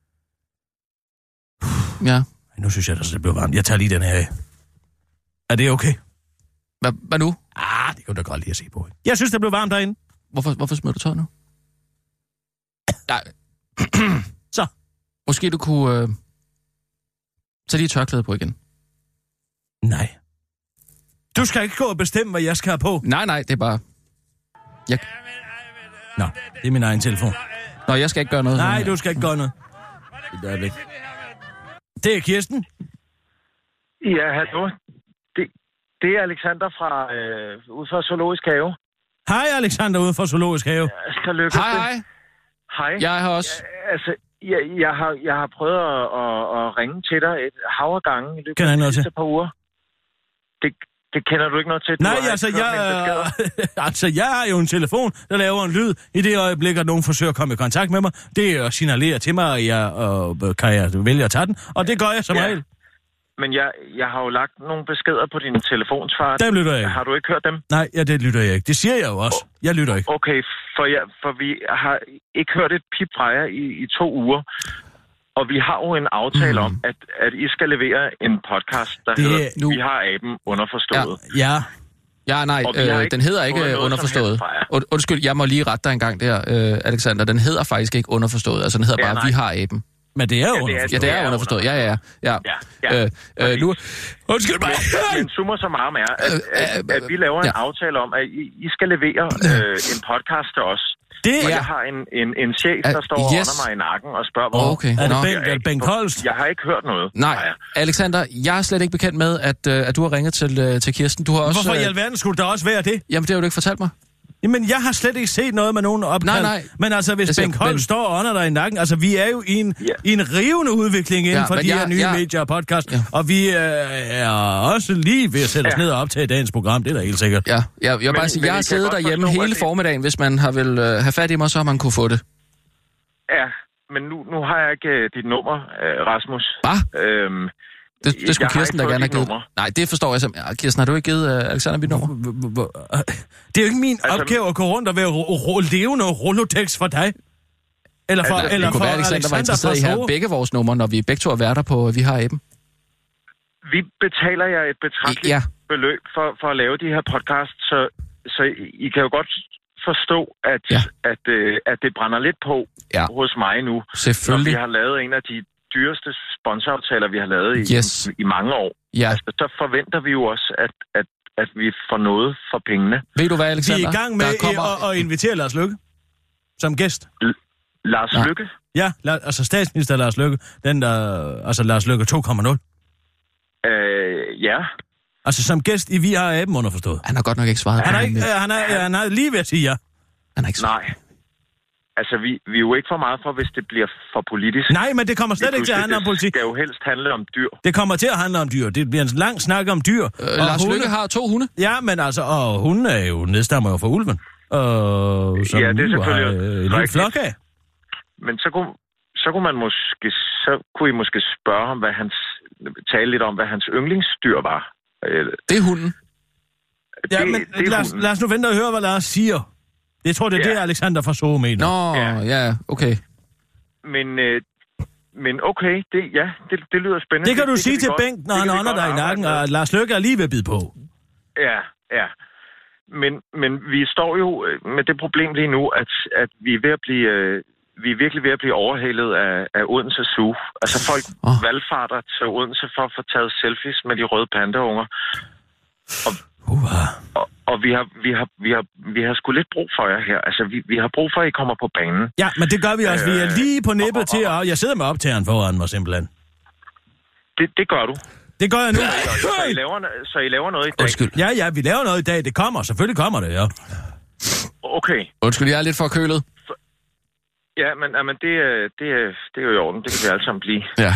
Ja. Nu synes jeg, at det bliver varmt. Jeg tager lige den her af. Er det okay? Hvad nu? Det kan du da godt lige at se på. Jeg synes, det blev varmt derinde. Hvorfor smider du tøj nu? Nej. Så. Måske du kunne tage lige tørklæde på igen. Nej. Du skal ikke gå og bestemme, hvad jeg skal have på. Nej, det er bare... Nå, det er min egen telefon. Nå, jeg skal ikke gøre noget. Nej, du skal ikke gøre noget. Det er Kirsten. Ja, hallo. Det er Alexander fra ude fra Zoologisk Have. Hej, Alexander, ude fra Zoologisk Have. Så lykkes det. Hej. Jeg er her også. Altså, jeg har prøvet at ringe til dig et hav af gange i løbet af de par uger. Det kender du ikke noget til? Nej, jeg har jo en telefon, der laver en lyd i det øjeblik, at nogen forsøger at komme i kontakt med mig. Det er at signalere til mig, at kan jeg vælge at tage den, og det gør jeg som regel. Men jeg har jo lagt nogle beskeder på din telefonsvar. Dem lytter jeg ikke. Har du ikke hørt dem? Nej, det lytter jeg ikke. Det siger jeg jo også. Jeg lytter ikke. Okay, for vi har ikke hørt et pip fra jer i 2 uger. Og vi har jo en aftale om, at I skal levere en podcast, der hedder Vi har aben underforstået. Ja, nej, den hedder ikke underforstået. Undskyld, jeg må lige rette dig en gang der, Alexander. Den hedder faktisk ikke underforstået. Altså, den hedder bare Vi har aben. Men det er jo underforstået. Ja, det er underforstået. Ja. Nu... Undskyld mig. Men summa summarum er, at vi laver en aftale om, at I skal levere en podcast til os. Og jeg har en chef, der står under mig i nakken og spørger, hvor... Er det Bengt Holst? Jeg har ikke hørt noget. Nej, Alexander, jeg er slet ikke bekendt med, at du har ringet til Kirsten. Du har også... Hvorfor i alverden skulle der også være det? Jamen, det har du ikke fortalt mig. Jamen, jeg har slet ikke set noget med nogen opkald. Nej. Men altså, hvis Bengt Holst står under dig i nakken... Altså, vi er jo i en rivende udvikling inden for de her nye medier og podcast. Ja. Og vi er også lige ved at sætte os ned og optage dagens program. Det er da helt sikkert. Ja, jeg vil bare sige, jeg har siddet derhjemme hele formiddagen. Hvis man har vil have fat i mig, så har man kunne få det. Ja, men nu har jeg ikke dit nummer, Rasmus. Hvad? Det skulle Kirsten da gerne have givet. Nej, det forstår jeg simpelthen. Kirsten, har du ikke givet Alexander mit nummer? Det er jo ikke min opgave at gå rundt og være levende rolodex for dig. Eller for, det kunne være, Alexander var interesseret i at have begge vores numre, når vi begge to er værter på Vi har aben. Vi betaler jer et betragteligt beløb for at lave de her podcasts, så I kan jo godt forstå, at det brænder lidt på hos mig nu. Selvfølgelig. Når vi har lavet en af de dyreste sponsoraftaler, vi har lavet i mange år. Ja. Altså, så forventer vi jo også, at vi får noget for pengene. Ved du hvad, Alexander? Vi er i gang med at invitere Lars Løkke som gæst. Lars Løkke? Ja, altså statsminister Lars Løkke. Den der, altså Lars Løkke 2.0. Ja. Altså som gæst i Vi har aben underforstået. Han har godt nok ikke svaret. Han har lige ved at sige ja. Han har ikke svaret. Nej. Altså, vi er jo ikke for meget for, hvis det bliver for politisk. Nej, men det kommer slet ikke til at handle om politik. Det skal jo helst handle om dyr. Det kommer til at handle om dyr. Det bliver en lang snak om dyr. Lars Løkke har 2 hunde. Ja, men altså, og hunden er jo nedstammer jo fra ulven. Som det er selvfølgelig en lille flok af. Men så kunne man måske, så kunne I måske spørge ham, tale lidt om, hvad hans yndlingsdyr var. Det er hunden. Ja, men lad os nu vente og høre, hvad Lars siger. Jeg tror, det er det, Alexander fra Zoo mener. Nå, okay. Men okay, det lyder spændende. Det kan du sige til Bengt, når han ånder dig i nakken, og Lars Løkke er lige ved at bide på. Ja. Men vi står jo med det problem lige nu, at vi er ved at blive... Vi er virkelig ved at blive overhalet af Odense Zoo. Altså folk valgfarter til Odense for at få taget selfies med de røde pandaunger. Og vi har sgu lidt brug for jer her. Altså, vi har brug for, at I kommer på banen. Ja, men det gør vi også. Vi er lige på nippet til, og jeg sidder med optageren foran mig simpelthen. Det gør du. Det gør jeg nu. Så I laver noget i dag? Undskyld. Ja, vi laver noget i dag. Det kommer. Selvfølgelig kommer det, ja. Okay. Undskyld, jeg er lidt forkølet. Ja, men det er jo i orden. Det kan vi alle sammen blive. Ja.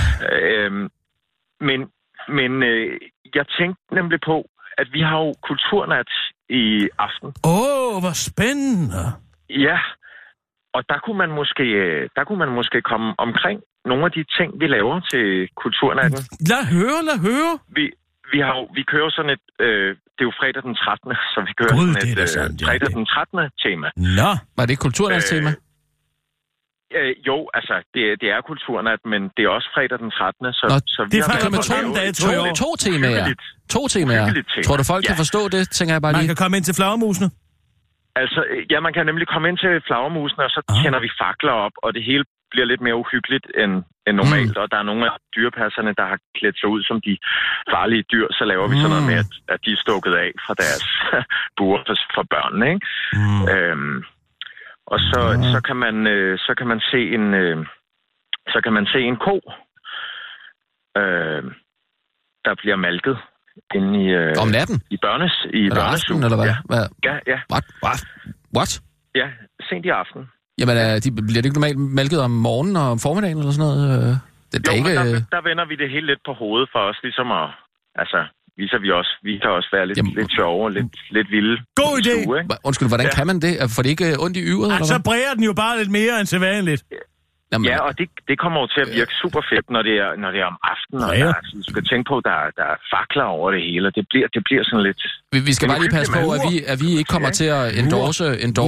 Men jeg tænkte nemlig på, at vi har jo kulturnat i aften. Hvor spændende. Ja, og der kunne man måske komme omkring nogle af de ting, vi laver til kulturnatten. Lad høre. vi kører sådan et... det er jo fredag den 13., så vi kører fredag den 13. tema. Nå, var det kulturnats tema? Jo, altså, det er kulturnat, men det er også fredag den 13. Så det er faktisk med to temaer. To temaer. Tror du, folk kan forstå det, tænker jeg bare lige? Man kan komme ind til flagermusene? Altså, ja, man kan nemlig komme ind til flagermusene, og så tænder vi fakler op, og det hele bliver lidt mere uhyggeligt end normalt, og der er nogle af dyrepasserne, der har klædt sig ud som de farlige dyr, så laver vi sådan noget med, at de er stukket af fra deres buer for børnene, ikke? Og så kan man se en ko, der bliver malket inde i om natten i børnesugen, eller hvad? Ja. Ja. What? Ja, sent i aften. Jamen, bliver det ikke normalt malket om morgenen og om formiddagen eller sådan noget? Der vender vi det helt lidt på hovedet for os, ligesom at, altså, vi kan også være lidt sjove og lidt vilde. God idé! Undskyld, hvordan kan man det? Får det ikke ondt i yret? Altså, så bræger den jo bare lidt mere end sædvanligt. Jamen, ja, og det kommer jo til at virke super fedt, når det er om aftenen, og du skal tænke på, der er fakler over det hele, og det bliver sådan lidt... Vi skal bare lige passe på, at vi ikke kommer til at endorse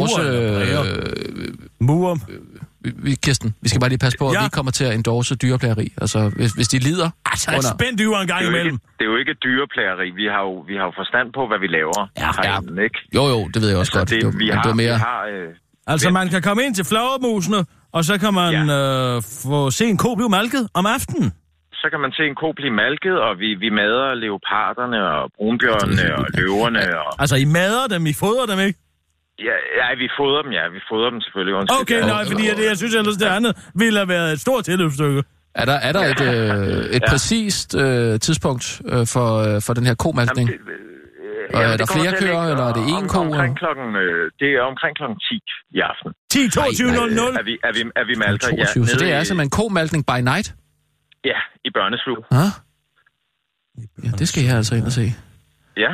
murer. Kirsten, vi skal bare lige passe på, at vi ikke kommer til at endorse dyreplageri. Altså, hvis de lider... Altså, spænd dyr en gang imellem. Det er jo ikke dyreplageri. Vi har jo forstand på, hvad vi laver herinde, ikke? Jo, det ved jeg også godt. Altså, man kan komme ind til flagermusene, og så kan man få se en ko blive malket om aftenen. Så kan man se en ko blive malket, og vi mader leoparderne og brunbjørnene og løverne. Altså, I mader dem, I fodrer dem, ikke? Ja, vi fodrer dem, Vi fodrer dem selvfølgelig. Okay, nej, fordi jeg synes ellers, det andet ville have været et stort tilløbsstykke. Er der et præcist tidspunkt for den her komalkning? Er der flere køer, eller er det én ko? Det er omkring klokken 10 i aften. 10:22:00? Er vi malker, ja. Så det er simpelthen komalkning by night? Ja, i børneslug. Ja, det skal jeg altså ind og se. Ja.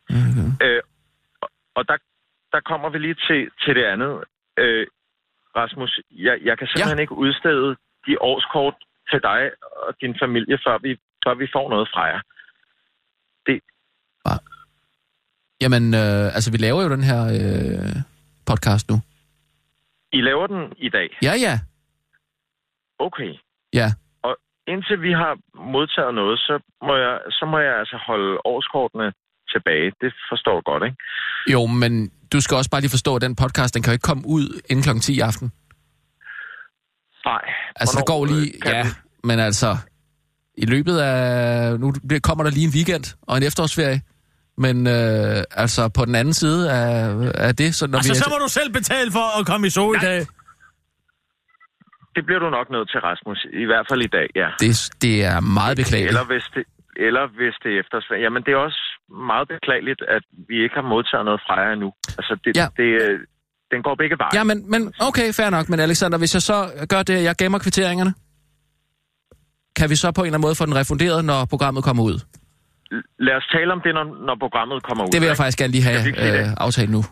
Og der kommer vi lige til det andet. Rasmus, jeg kan simpelthen ikke udstede de årskort til dig og din familie, før vi får noget fra jer. Jamen, altså, vi laver jo den her podcast nu. I laver den i dag? Ja. Okay. Ja. Og indtil vi har modtaget noget, så må jeg altså holde årskortene tilbage. Det forstår du godt, ikke? Jo, men du skal også bare lige forstå, at den podcast, den kan jo ikke komme ud inden klokken 10 i aften. Nej. Altså, der går lige... Ja, men altså... I løbet af... Nu kommer der lige en weekend og en efterårsferie. Men altså, på den anden side af det... Så, når så må du selv betale for at komme i sol i dag. Det bliver du nok nødt til, Rasmus. I hvert fald i dag, ja. Det er meget beklageligt. Eller hvis det er efterårsferie. Jamen, det er også meget beklageligt, at vi ikke har modtaget noget fra jer endnu. Altså, den går begge veje. Ja, men okay, fair nok. Men Alexander, hvis jeg så gør det, jeg gemmer kvitteringerne, kan vi så på en eller anden måde få den refunderet, når programmet kommer ud? Lad os tale om det, når programmet kommer ud. Det vil jeg faktisk gerne lige have aftalt nu.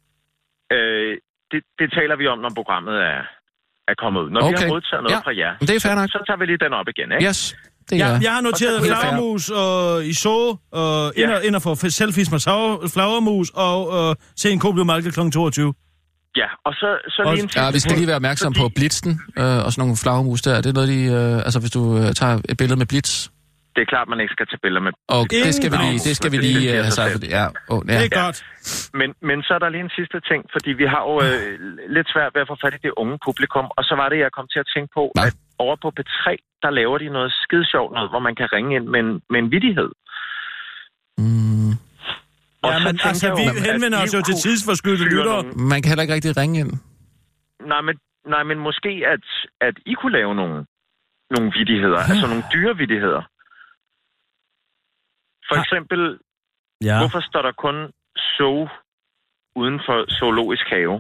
Det taler vi om, når programmet er kommet ud. Når vi har modtaget noget fra jer, det er fair nok. Så tager vi lige den op igen, ikke? Yes. Jeg har noteret flagermus og i så ind og få selfies med flagermus og se en ko blive malket kl. 22. Ja, og så lige en vi skal lige være opmærksom på blitzen og sådan nogle flagermus der. Det er noget, altså hvis du tager et billede med blitz. Det er klart, man ikke skal tage billeder med. Okay, det skal vi lige have sagt. Det er godt. Men så er der lige en sidste ting, fordi vi har jo lidt svært ved at få fat i det unge publikum, og så var det, jeg kom til at tænke på, at over på P3, der laver de noget skide sjovt, noget, hvor man kan ringe ind med en vittighed. Ja, men altså, vi henvender os jo til tidsforskydte lyttere. Man kan heller ikke rigtig ringe ind. Nej, men måske, at I kunne lave nogle vittigheder, altså nogle dyrevittigheder. For eksempel, hvorfor står der kun zoo uden for zoologisk have?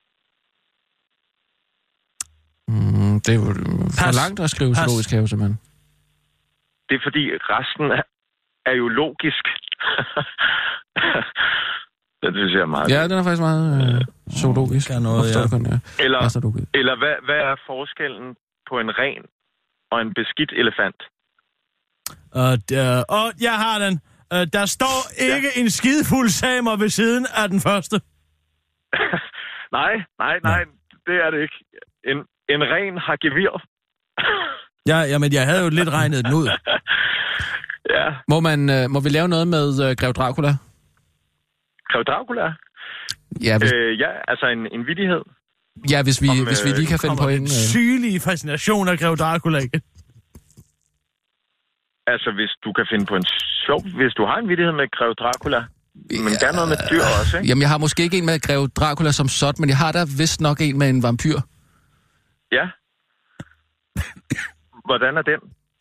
Det er jo for langt at skrive zoologisk have, simpelthen. Det er fordi resten er jo logisk. Det synes jeg er meget... Ja, den er faktisk meget zoologisk. Eller hvad er forskellen på en ren og en beskidt elefant? Og jeg har den. Der står ikke en skidefuld samer ved siden af den første. Nej, det er det ikke. En ren har gevir. Ja, men jeg havde jo lidt regnet den ud. Ja. Må vi lave noget med Grev Dracula? Grev Dracula? Ja, ja, altså en vittighed. Ja, hvis vi lige kan finde på en... sygelige fascination af Grev Dracula igen. Altså, hvis du kan finde på en sjov... Hvis du har en vittighed med Grev Dracula, men gerne noget med dyr også, ikke? Jamen, jeg har måske ikke en med Grev Dracula som sådan, men jeg har da vist nok en med en vampyr. Ja. Hvordan er den?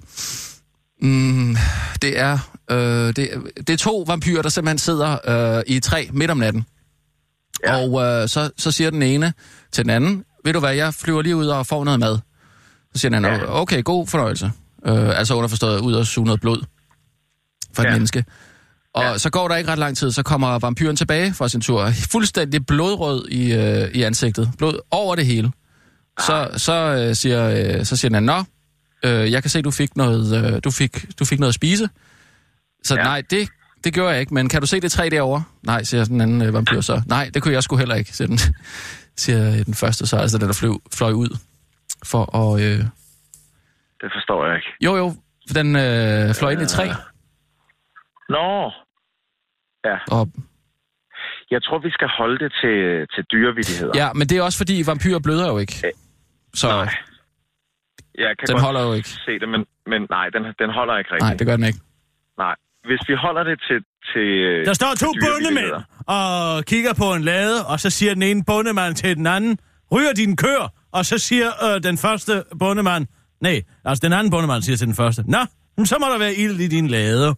Det er 2 vampyrer, der simpelthen sidder i et træ midt om natten. Ja. Og så siger den ene til den anden, ved du hvad, jeg flyver lige ud og får noget mad. Så siger den anden, okay, god fornøjelse. Altså underforstået ud og suge noget blod for et menneske. Og så går der ikke ret lang tid, så kommer vampyren tilbage fra sin tur. Fuldstændig blodrød i ansigtet. Blod over det hele. Så siger den anden, jeg kan se, du fik noget, du fik noget at spise. Så nej, det gjorde jeg ikke, men kan du se det træ derovre? Nej, siger den anden vampyr så. Nej, det kunne jeg sgu heller ikke, siger den første så, altså den der fløj ud for at... Det forstår jeg ikke. Jo, den fløj ind i et træ. Nå. Ja. Og... Jeg tror, vi skal holde det til dyrevittigheder. Ja, men det er også fordi, vampyrer bløder jo ikke. Så... Nej. Jeg kan den godt holder jo ikke. Se det, men nej, den holder ikke rigtigt. Nej, det gør den ikke. Nej. Hvis vi holder det til der står 2 bondemænd og kigger på en lade, og så siger den ene bondemand til den anden, ryger din kør, og så siger den første bondemand, nej, altså den anden bondemand siger til den første, nå, så må der være ild i din lade.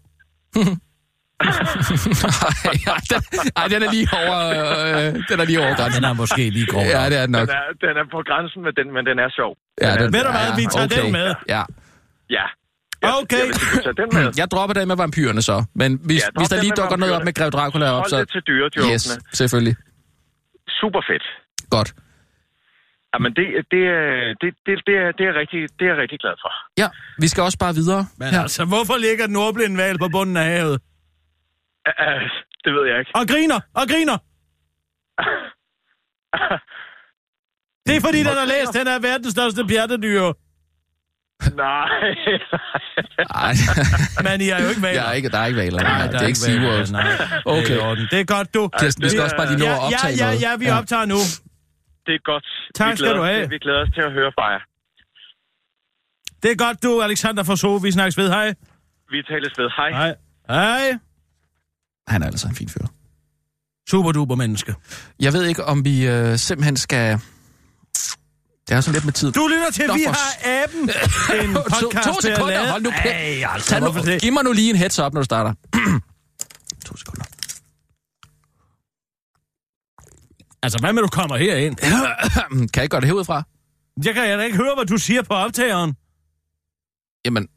Nej, den er lige over grænsen. Den er måske lige grov. Ja, det er den nok. Den er på grænsen, men den er sjov. Ja, ved du hvad, vi tager den med. Ja. Okay. Jeg dropper det med vampyrerne så. Men hvis der lige dukker noget op med Grev Dracula op, så... Hold det til dyredjokene. Yes, selvfølgelig. Super fedt. Godt. Jamen, det er jeg rigtig glad for. Ja, vi skal også bare videre. Men altså, hvorfor ligger den ordblinde hval på bunden af havet? Det ved jeg ikke. Og griner! Det er fordi, den har læst, den er verdens største bjertedyr. Nej. Men I er jo ikke valer. Der er ikke valer. Nej, det er ikke SeaWorld. Okay. Det er godt, du. Kirsten, vi skal også bare lige nå at optage noget. Ja, vi optager nu. Det er godt. Tak skal du have. Vi glæder os til at høre fra jer. Det er godt, du, Alexander fra Zoo. Vi snakkes ved. Hej. Vi tales ved. Hej. Hej. Han er altså en fin fyr. Super duper menneske. Jeg ved ikke, om vi simpelthen skal... Det er så lidt med tid. Du lytter til, vi har aben. En podcast 2 sekunder, hold nu kæft. Giv mig nu lige en heads up, når du starter. 2 sekunder. Altså, hvad med du kommer herind? Kan jeg ikke gøre det herudfra? Jeg kan da ikke høre, hvad du siger på optageren. Jamen.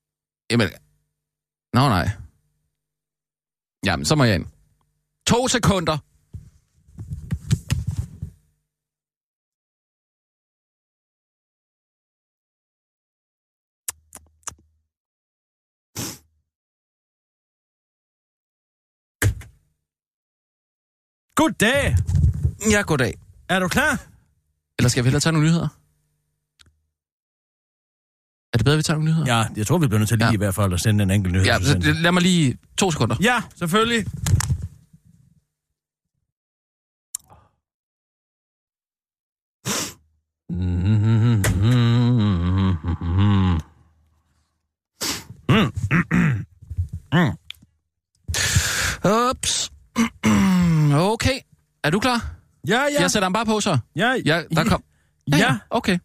Nå, nej. Jamen, så må jeg ind. 2 sekunder. Goddag. Ja, goddag. Er du klar? Eller skal vi hellere tage nogle nyheder? Er det bedre, vi tager nogle nyheder? Ja, jeg tror, vi bliver nødt til lige i hvert fald at sende en enkelt nyhed. Ja, lad mig lige 2 sekunder. Ja, selvfølgelig. Ups. Okay. Er du klar? Ja. Jeg sætter ham bare på, så. Ja. Der kom. Ja. Okay.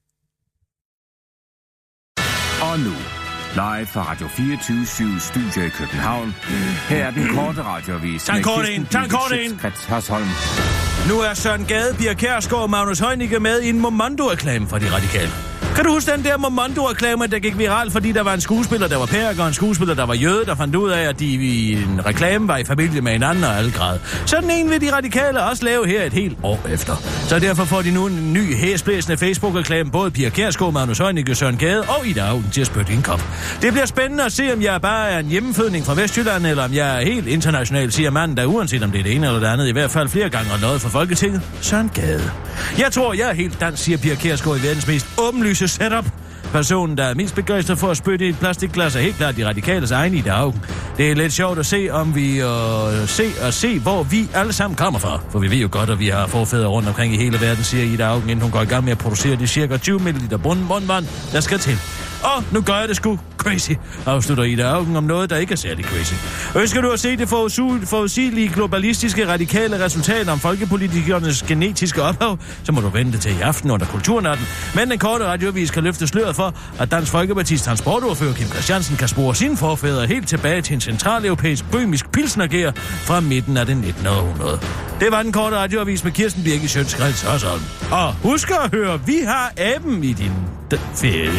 Og nu, live fra Radio 24/7 Studio i København. Her er den korte radioavis. Tag en kort en. Nu er Søren Gade, Pia Kjærsgaard og Magnus Heunicke med i en Momondo-reklame for De Radikale. Kan du huske den der Momondo-reklame, der gik viral, fordi der var en skuespiller, der var pærik, og en skuespiller, der var jøde, der fandt ud af, at de i en reklame var i familie med hinanden og alle grad. Sådan en vil De Radikale også lave her et helt år efter. Så derfor får de nu en ny hæsblæsende Facebook-reklame. Både Pia Kjærsgaard, Magnus Heunicke, Søren Gade og Ida Auken til at spytte i en kop. Det bliver spændende at se, om jeg bare er en hjemmefødning fra Vestjylland, eller om jeg er helt international, siger manden, der uanset om det er det ene eller det andet, i hvert fald flere gange har noget for Folketinget. Søren Gade. Jeg tror, jeg er helt dansk, siger Pia Kjærsgaard i verdens mest åbenlyse setup. Personen, der er mest begejstret for at spytte i et plastikglas, er helt klart de radikales egen Ida Auken. Det er lidt sjovt at se, om vi se, hvor vi alle sammen kommer fra. For vi ved jo godt, at vi har forfædre rundt omkring i hele verden, siger Ida Auken, inden hun går i gang med at producere de cirka 20 ml bundvand, der skal til. Og nu gør jeg det sgu crazy, afslutter Ida Auken om noget, der ikke er særlig crazy. Ønsker du at se det forudsigelige globalistiske radikale resultat om folkepolitikernes genetiske ophav, så må du vente til i aften under Kulturnatten. Men den korte radioavis kan løfte sløret for, at Dansk Folkepartis transportordfører Kim Christiansen kan spore sine forfædre helt tilbage til en centraleuropæisk bøhmisk pilsnergær fra midten af det 19. århundrede. Det var den korte radioavis med Kirsten Birgit Schøtz-Krets Hørsholm. Og husk at høre, vi har aben i din ferie.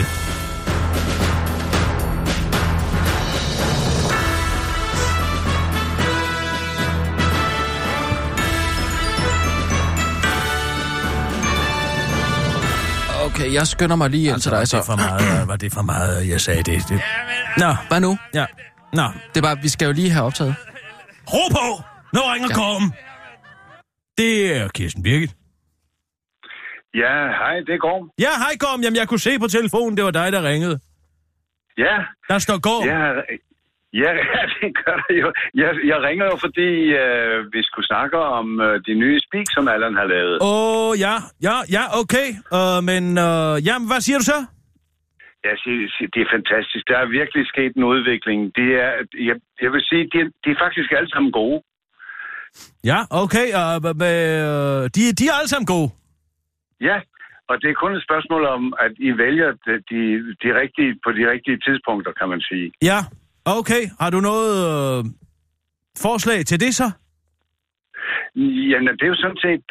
Okay, jeg skynder mig lige ind til dig, så. Var det for meget, jeg sagde det? Nå. Hvad nu? Ja. Nå. Det er bare, vi skal jo lige have optaget. Ro på! Nu ringer Gorm! Det er Kirsten Birgit. Ja, hej, det er Gorm. Ja, hej Gorm. Jamen, jeg kunne se på telefonen, det var dig, der ringede. Ja. Der står Gorm. Ja, det gør det jo. Jeg ringer jo, fordi vi skulle snakke om de nye speak, som Allan har lavet. Ja, okay. Men jamen, hvad siger du så? Det er fantastisk. Der er virkelig sket en udvikling. Jeg vil sige, de er faktisk alle sammen gode. Ja, okay. De er alle sammen gode? Ja, og det er kun et spørgsmål om, at I vælger de rigtige på de rigtige tidspunkter, kan man sige. Ja. Okay, har du noget forslag til det så? Jamen, det er jo sådan set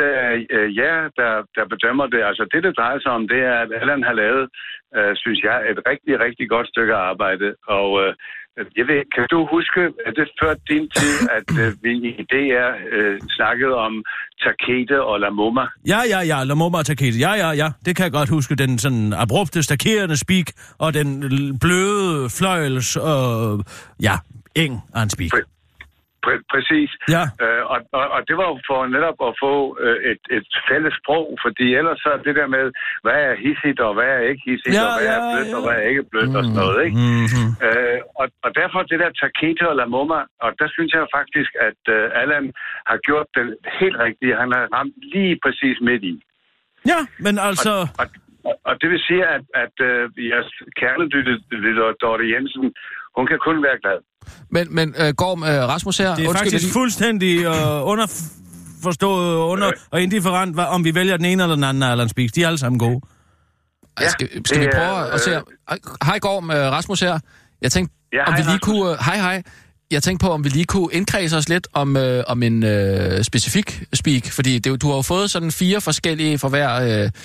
der bedømmer det. Altså, det drejer sig om, det er, at Allan har lavet, synes jeg, et rigtig, rigtig godt stykke arbejde. Og jeg ved, kan du huske, at det før din tid, at vi i DR snakkede om Takete og La Moma? Ja, La Moma og Takete. Ja. Det kan jeg godt huske. Den sådan abrupte, stakerende speak, og den bløde fløjels, eng af en speak. Præcis. Ja. Og det var jo for netop at få et fælles sprog, fordi ellers så det der med, hvad er hissigt, og hvad er ikke hissigt, og hvad er blødt, og hvad er ikke blødt, og sådan noget, ikke? Mm-hmm. Og derfor det der Takete og La Moma, og der synes jeg faktisk, at Allan har gjort det helt rigtigt. Han har ramt lige præcis midt i. Ja, men altså... Og det vil sige, at jeres kernelytter, Dorte Jensen, hun kan kun være glad. Men Gorm, Rasmus her... Det er faktisk fuldstændig underforstået og indifferent, om vi vælger den ene eller den anden af Allan Speaks. De er alle sammen gode. Ja, skal vi prøve at se... Hej Gorm, Rasmus her. Jeg tænkte, om vi lige kunne... Hej. Jeg tænkte på, om vi lige kunne indkredse os lidt om en specifik speak, fordi du har jo fået sådan 4 forskellige for hver,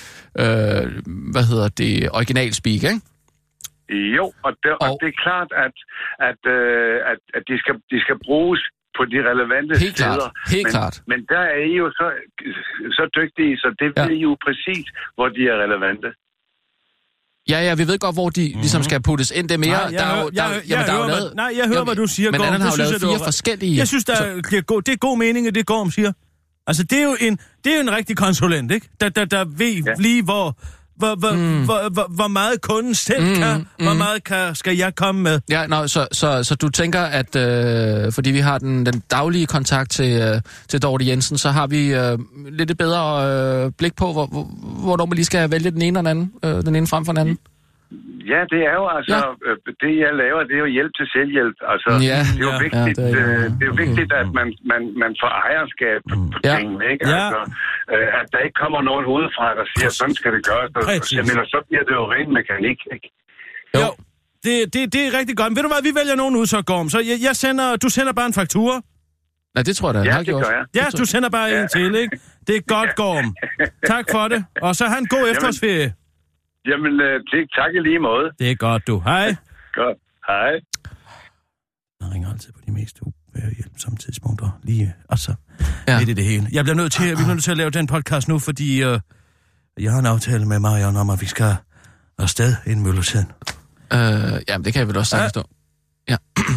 original speak, ikke? Jo, og det er klart, at de skal bruges på de relevante steder. Helt klart. Men der er I jo så dygtige, så det ved I jo præcis, hvor de er relevante. Ja, vi ved godt, hvor de ligesom skal puttes ind. Det er mere... Jeg hører, hvad du siger, men Gorm. Men han har jo lavet 4 forskellige... Jeg synes, det er god mening, at det Gorm siger. Altså, det er jo en rigtig konsulent, ikke? Der ved lige, hvor meget kunden selv kan, hvor meget skal jeg komme med. Ja, så du tænker, at fordi vi har den daglige kontakt til Dorte Jensen, så har vi lidt bedre blik på, hvornår man lige skal vælge den ene eller den anden, den ene frem for den anden? Ja, det er jo altså, det jeg laver, det er jo hjælp til selvhjælp. Altså, det er jo vigtigt, det er jo vigtigt, at man får ejerskab på tingene, ikke? Ja. Altså, at der ikke kommer nogen udefra, der siger, sådan skal det gøres. Så bliver det jo ren mekanik, ikke? Jo. Det er rigtig godt. Men ved du hvad, vi vælger nogen ud, så Gorm. Så du sender bare en faktura. Nej, det tror jeg da. Ja, det gør jeg. Ja, du sender bare en til, ikke? Det er godt, Gorm. Tak for det. Og så have en god efterårsferie. Jamen, tak i lige måde. Det er godt, du. Hej. Godt. Hej. Jeg ringer altid på de mest hjælpsomme tidspunkter. Lige, altså, midt i det hele. Vi bliver nødt til at lave den podcast nu, fordi jeg har en aftale med Marion om, at vi skal afsted inden mølletiden. Jamen, det kan jeg vel også sagtens stå. Ja.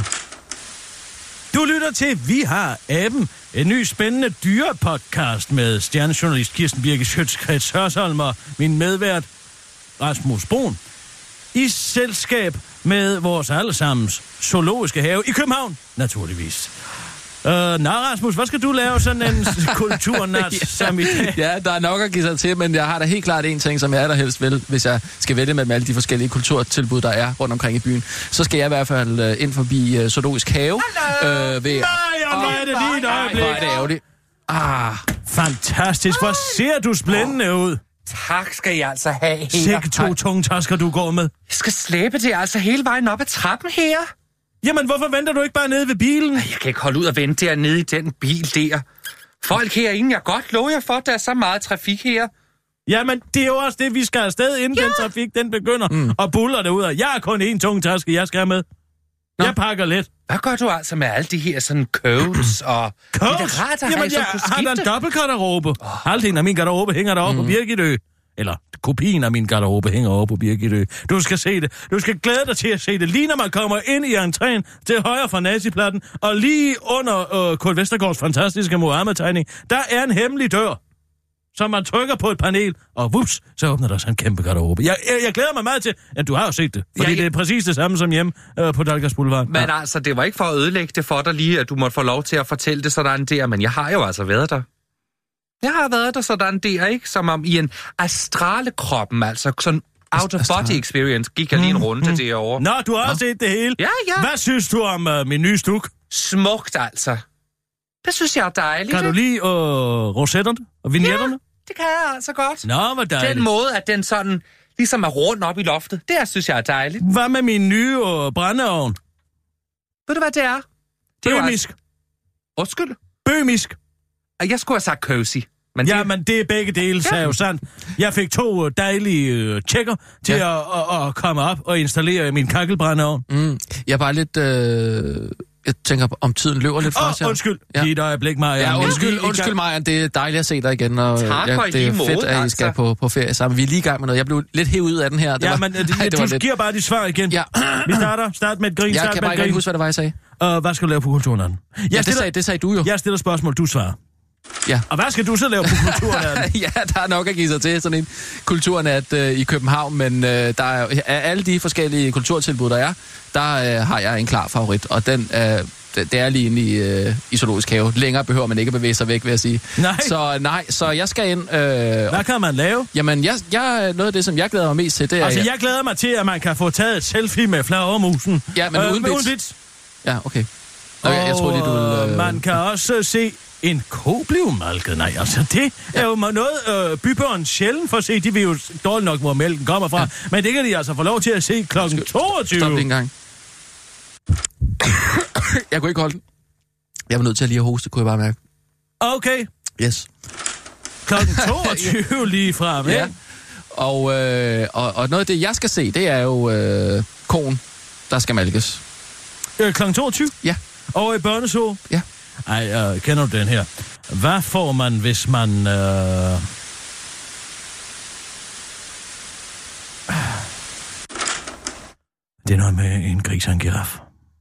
Du lytter til Vi har aben, en ny spændende dyrepodcast med stjernejournalist Kirsten Birgit Schøtz-Krets Hørsholm og min medvært Rasmus Brun. I selskab med vores allesammens zoologiske have i København, naturligvis. Rasmus, hvad skal du lave sådan en kulturnat som i dag? Ja, der er nok at give sig til, men jeg har da helt klart en ting, som jeg allerhelst vil, hvis jeg skal vælge mellem alle de forskellige kulturtilbud, der er rundt omkring i byen. Så skal jeg i hvert fald ind forbi zoologisk have. Hvor er det lige et øjeblik? Hvor er det ærgerligt. Fantastisk, hvor ser du splændende ud. Tak skal jeg altså have her. Sikke 2 tunge tasker, du går med. Jeg skal slæbe det altså hele vejen op ad trappen her. Jamen, hvorfor venter du ikke bare nede ved bilen? Jeg kan ikke holde ud og vente dernede i den bil der. Folk herinde, jeg godt lover jer for, at der er så meget trafik her. Jamen, det er jo også det, vi skal afsted, inden den trafik, den begynder og buller derude. Jeg har kun 1 tung taske, jeg skal have med. Nå. Jeg pakker lidt. Hvad gør du altså med alle de her sådan coats og... Coats? Jamen, jeg har da en dobbeltgarderobe. Halvdelen af min garderobe hænger deroppe på Birgitø. Eller kopien af min garderobe hænger over på Birgitø. Du skal se det. Du skal glæde dig til at se det. Lige når man kommer ind i entréen til højre for naziplatten, og lige under Kurt Vestergaards fantastiske Mohammed-tegning, der er en hemmelig dør, som man trykker på et panel, og vups, så åbner der sig en kæmpe garderobe. Jeg glæder mig meget til, at du har jo set det, fordi det er præcis det samme som hjemme på Dalgas Boulevard. Men altså, det var ikke for at ødelægge det for dig lige, at du måtte få lov til at fortælle det sådan der, men jeg har jo altså været der. Jeg har været der sådan der, ikke? Som om i en astrale kroppen, altså sådan out-of-body experience, gik jeg lige en runde derovre. Nå, du har set det hele. Ja. Hvad synes du om min nye stuk? Smukt, altså. Det synes jeg er dejligt. Kan du lide rosetterne og vignetterne? Ja, det kan jeg altså godt. Nå, hvor dejligt. Den måde, at den sådan ligesom er rundt op i loftet, det her synes jeg er dejligt. Hvad med min nye brændeovn? Ved du, hvad det er? Bømisk. Undskyld? Bømisk. Jeg skulle have sagt cozy. Men men det er begge dele, sagde jo sandt. Jeg fik 2 dejlige tjekker til at komme op og installere min kakkelbrændeovn. Jeg er bare lidt... Jeg tænker, om tiden løber lidt fra os her. Undskyld. Lige et øjeblik, Marian. Ja, undskyld, Marian. Det er dejligt at se dig igen. Og det er fedt, at I skal på ferie sammen. Vi er lige i gang med noget. Jeg blev lidt hævet ud af den her. Du giver bare dit svar igen. Ja. Vi start med et grin. Jeg kan bare ikke huske, hvad det var, jeg sagde. Hvad skal du lave på kulturnatten? Det sagde du jo. Jeg stiller spørgsmål, du svarer. Ja. Og hvad skal du så lave på kulturnatten? Ja, der er nok at give sig til sådan en kulturnat i København, men der er af alle de forskellige kulturtilbud, der har jeg en klar favorit, og det er lige inde i zoologisk have. Længere behøver man ikke at bevæge sig væk, vil jeg sige. Så jeg skal ind... Hvad kan man lave? Jamen, noget af det, som jeg glæder mig mest til, det er... Altså, jeg glæder mig til, at man kan få taget et selfie med flagermusen. Ja, men uden bits. Ja, okay. Jeg tror lige, du vil... Man kan også se en ko blive malket. Nej, altså det er jo noget, bybørn sjældent får se. De vil jo dårligt nok, hvor mælken kommer fra. Ja. Men det kan de altså få lov til at se klokken 22. Stop lige en gang. Jeg kunne ikke holde den. Jeg var nødt til at lige at hoste, kunne jeg bare mærke. Okay. Yes. Klokken 22 lige frem, ja. Og noget af det, jeg skal se, det er jo koen, der skal malkes. Klokken 22? Ja. Og i børneså? Ja. Ej, kender du den her? Hvad får man, hvis man... Det er noget med en gris og en giraf.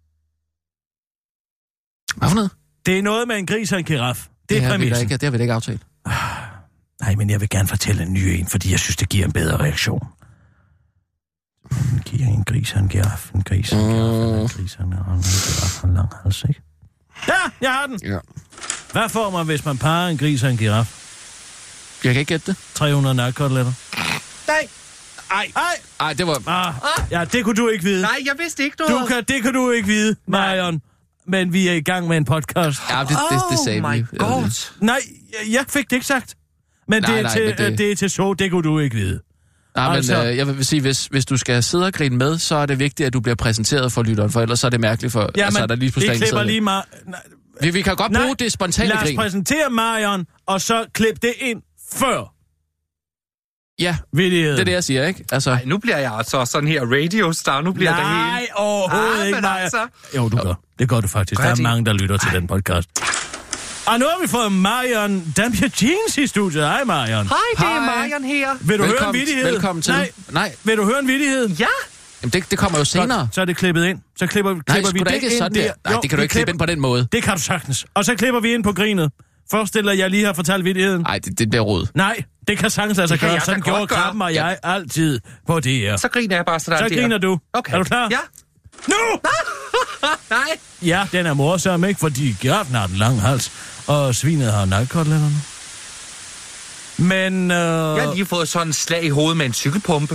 Hvad for noget? Det er noget med en gris og en giraf. Det er præmissen. Det har vi da ikke aftalt. Nej, men jeg vil gerne fortælle en ny en, fordi jeg synes, det giver en bedre reaktion. Giver en gris og en giraf, en gris og en giraf, en gris og en giraf, en lang hals, ikke? Ja, jeg har den! Ja. Hvad får man, hvis man parer en gris og en giraf? Jeg kan ikke gætte det. 300 nakkoteletter. Nej. Ej, det var... Ja, det kunne du ikke vide. Nej, jeg vidste ikke noget. Det kan du ikke vide, Marion. Men vi er i gang med en podcast. Ja, det sagde vi. God. Nej, jeg fik det ikke sagt. Men det er til så, det kunne du ikke vide. Nej, altså, men jeg vil sige, hvis du skal sidde og grine med, så er det vigtigt, at du bliver præsenteret for lytteren, for ellers så er det mærkeligt for... Ja, men der lige vi klipper lige vi kan godt bruge det spontane grin. Lad os præsentere Marion, og så klip det ind før. Ja, vittigheden. Det er det, jeg siger, ikke? Altså... Nej, nu bliver jeg altså sådan her radiostar. Nu bliver det helt... Nej, overhovedet ikke, Maja. Altså... Jo, du gør. Det gør du faktisk. Der er mange, der lytter til den podcast. Og nu har vi fået Marion Dampier Jeans i studiet. Hej, Marion. Hej, det er Marion her. Vil du høre en vittighed? Velkommen til. Nej. Vil du høre en vittighed? Ja. Jamen, det kommer jo senere. Godt, så er det klippet ind. Så klipper vi det ikke ind sådan der. Nej, det kan du ikke klippe ind på den måde. Det kan du sagtens. Og så klipper vi ind på grinet. Forestiller jeg lige har fortalt vittigheden. Nej, det bliver rod. Nej, det kan sagtens altså gøre. Sådan gjorde Krabben og jeg altid på det her. Så griner jeg bare sådan der. Så griner du. Okay. Er du klar? Ja. Nu! Nej. Ja, den er morsom, ikke? Fordi giraffen har den lange hals, og svinet har nakkotletterne. Men... Jeg har lige fået sådan en slag i hovedet med en cykelpumpe.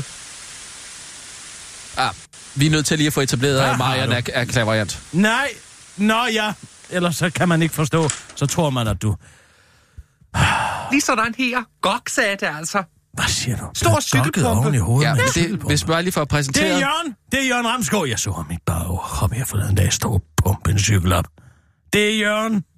Vi er nødt til lige at få etableret, at Marion er klaverjant. Nej. Nå ja. Ellers så kan man ikke forstå. Så tror man, at du... Lige sådan her. Gok sagde det altså. Hvad siger du? Stor cykelpumpe. I hovedet Ja, med det hvis bare lige for at præsentere... Det er Jørgen. Det er Jørgen Ramsgaard. Jeg så ham i bag. Kom her forleden dag. Stå og pumpe en cykel op. Det er Jørgen.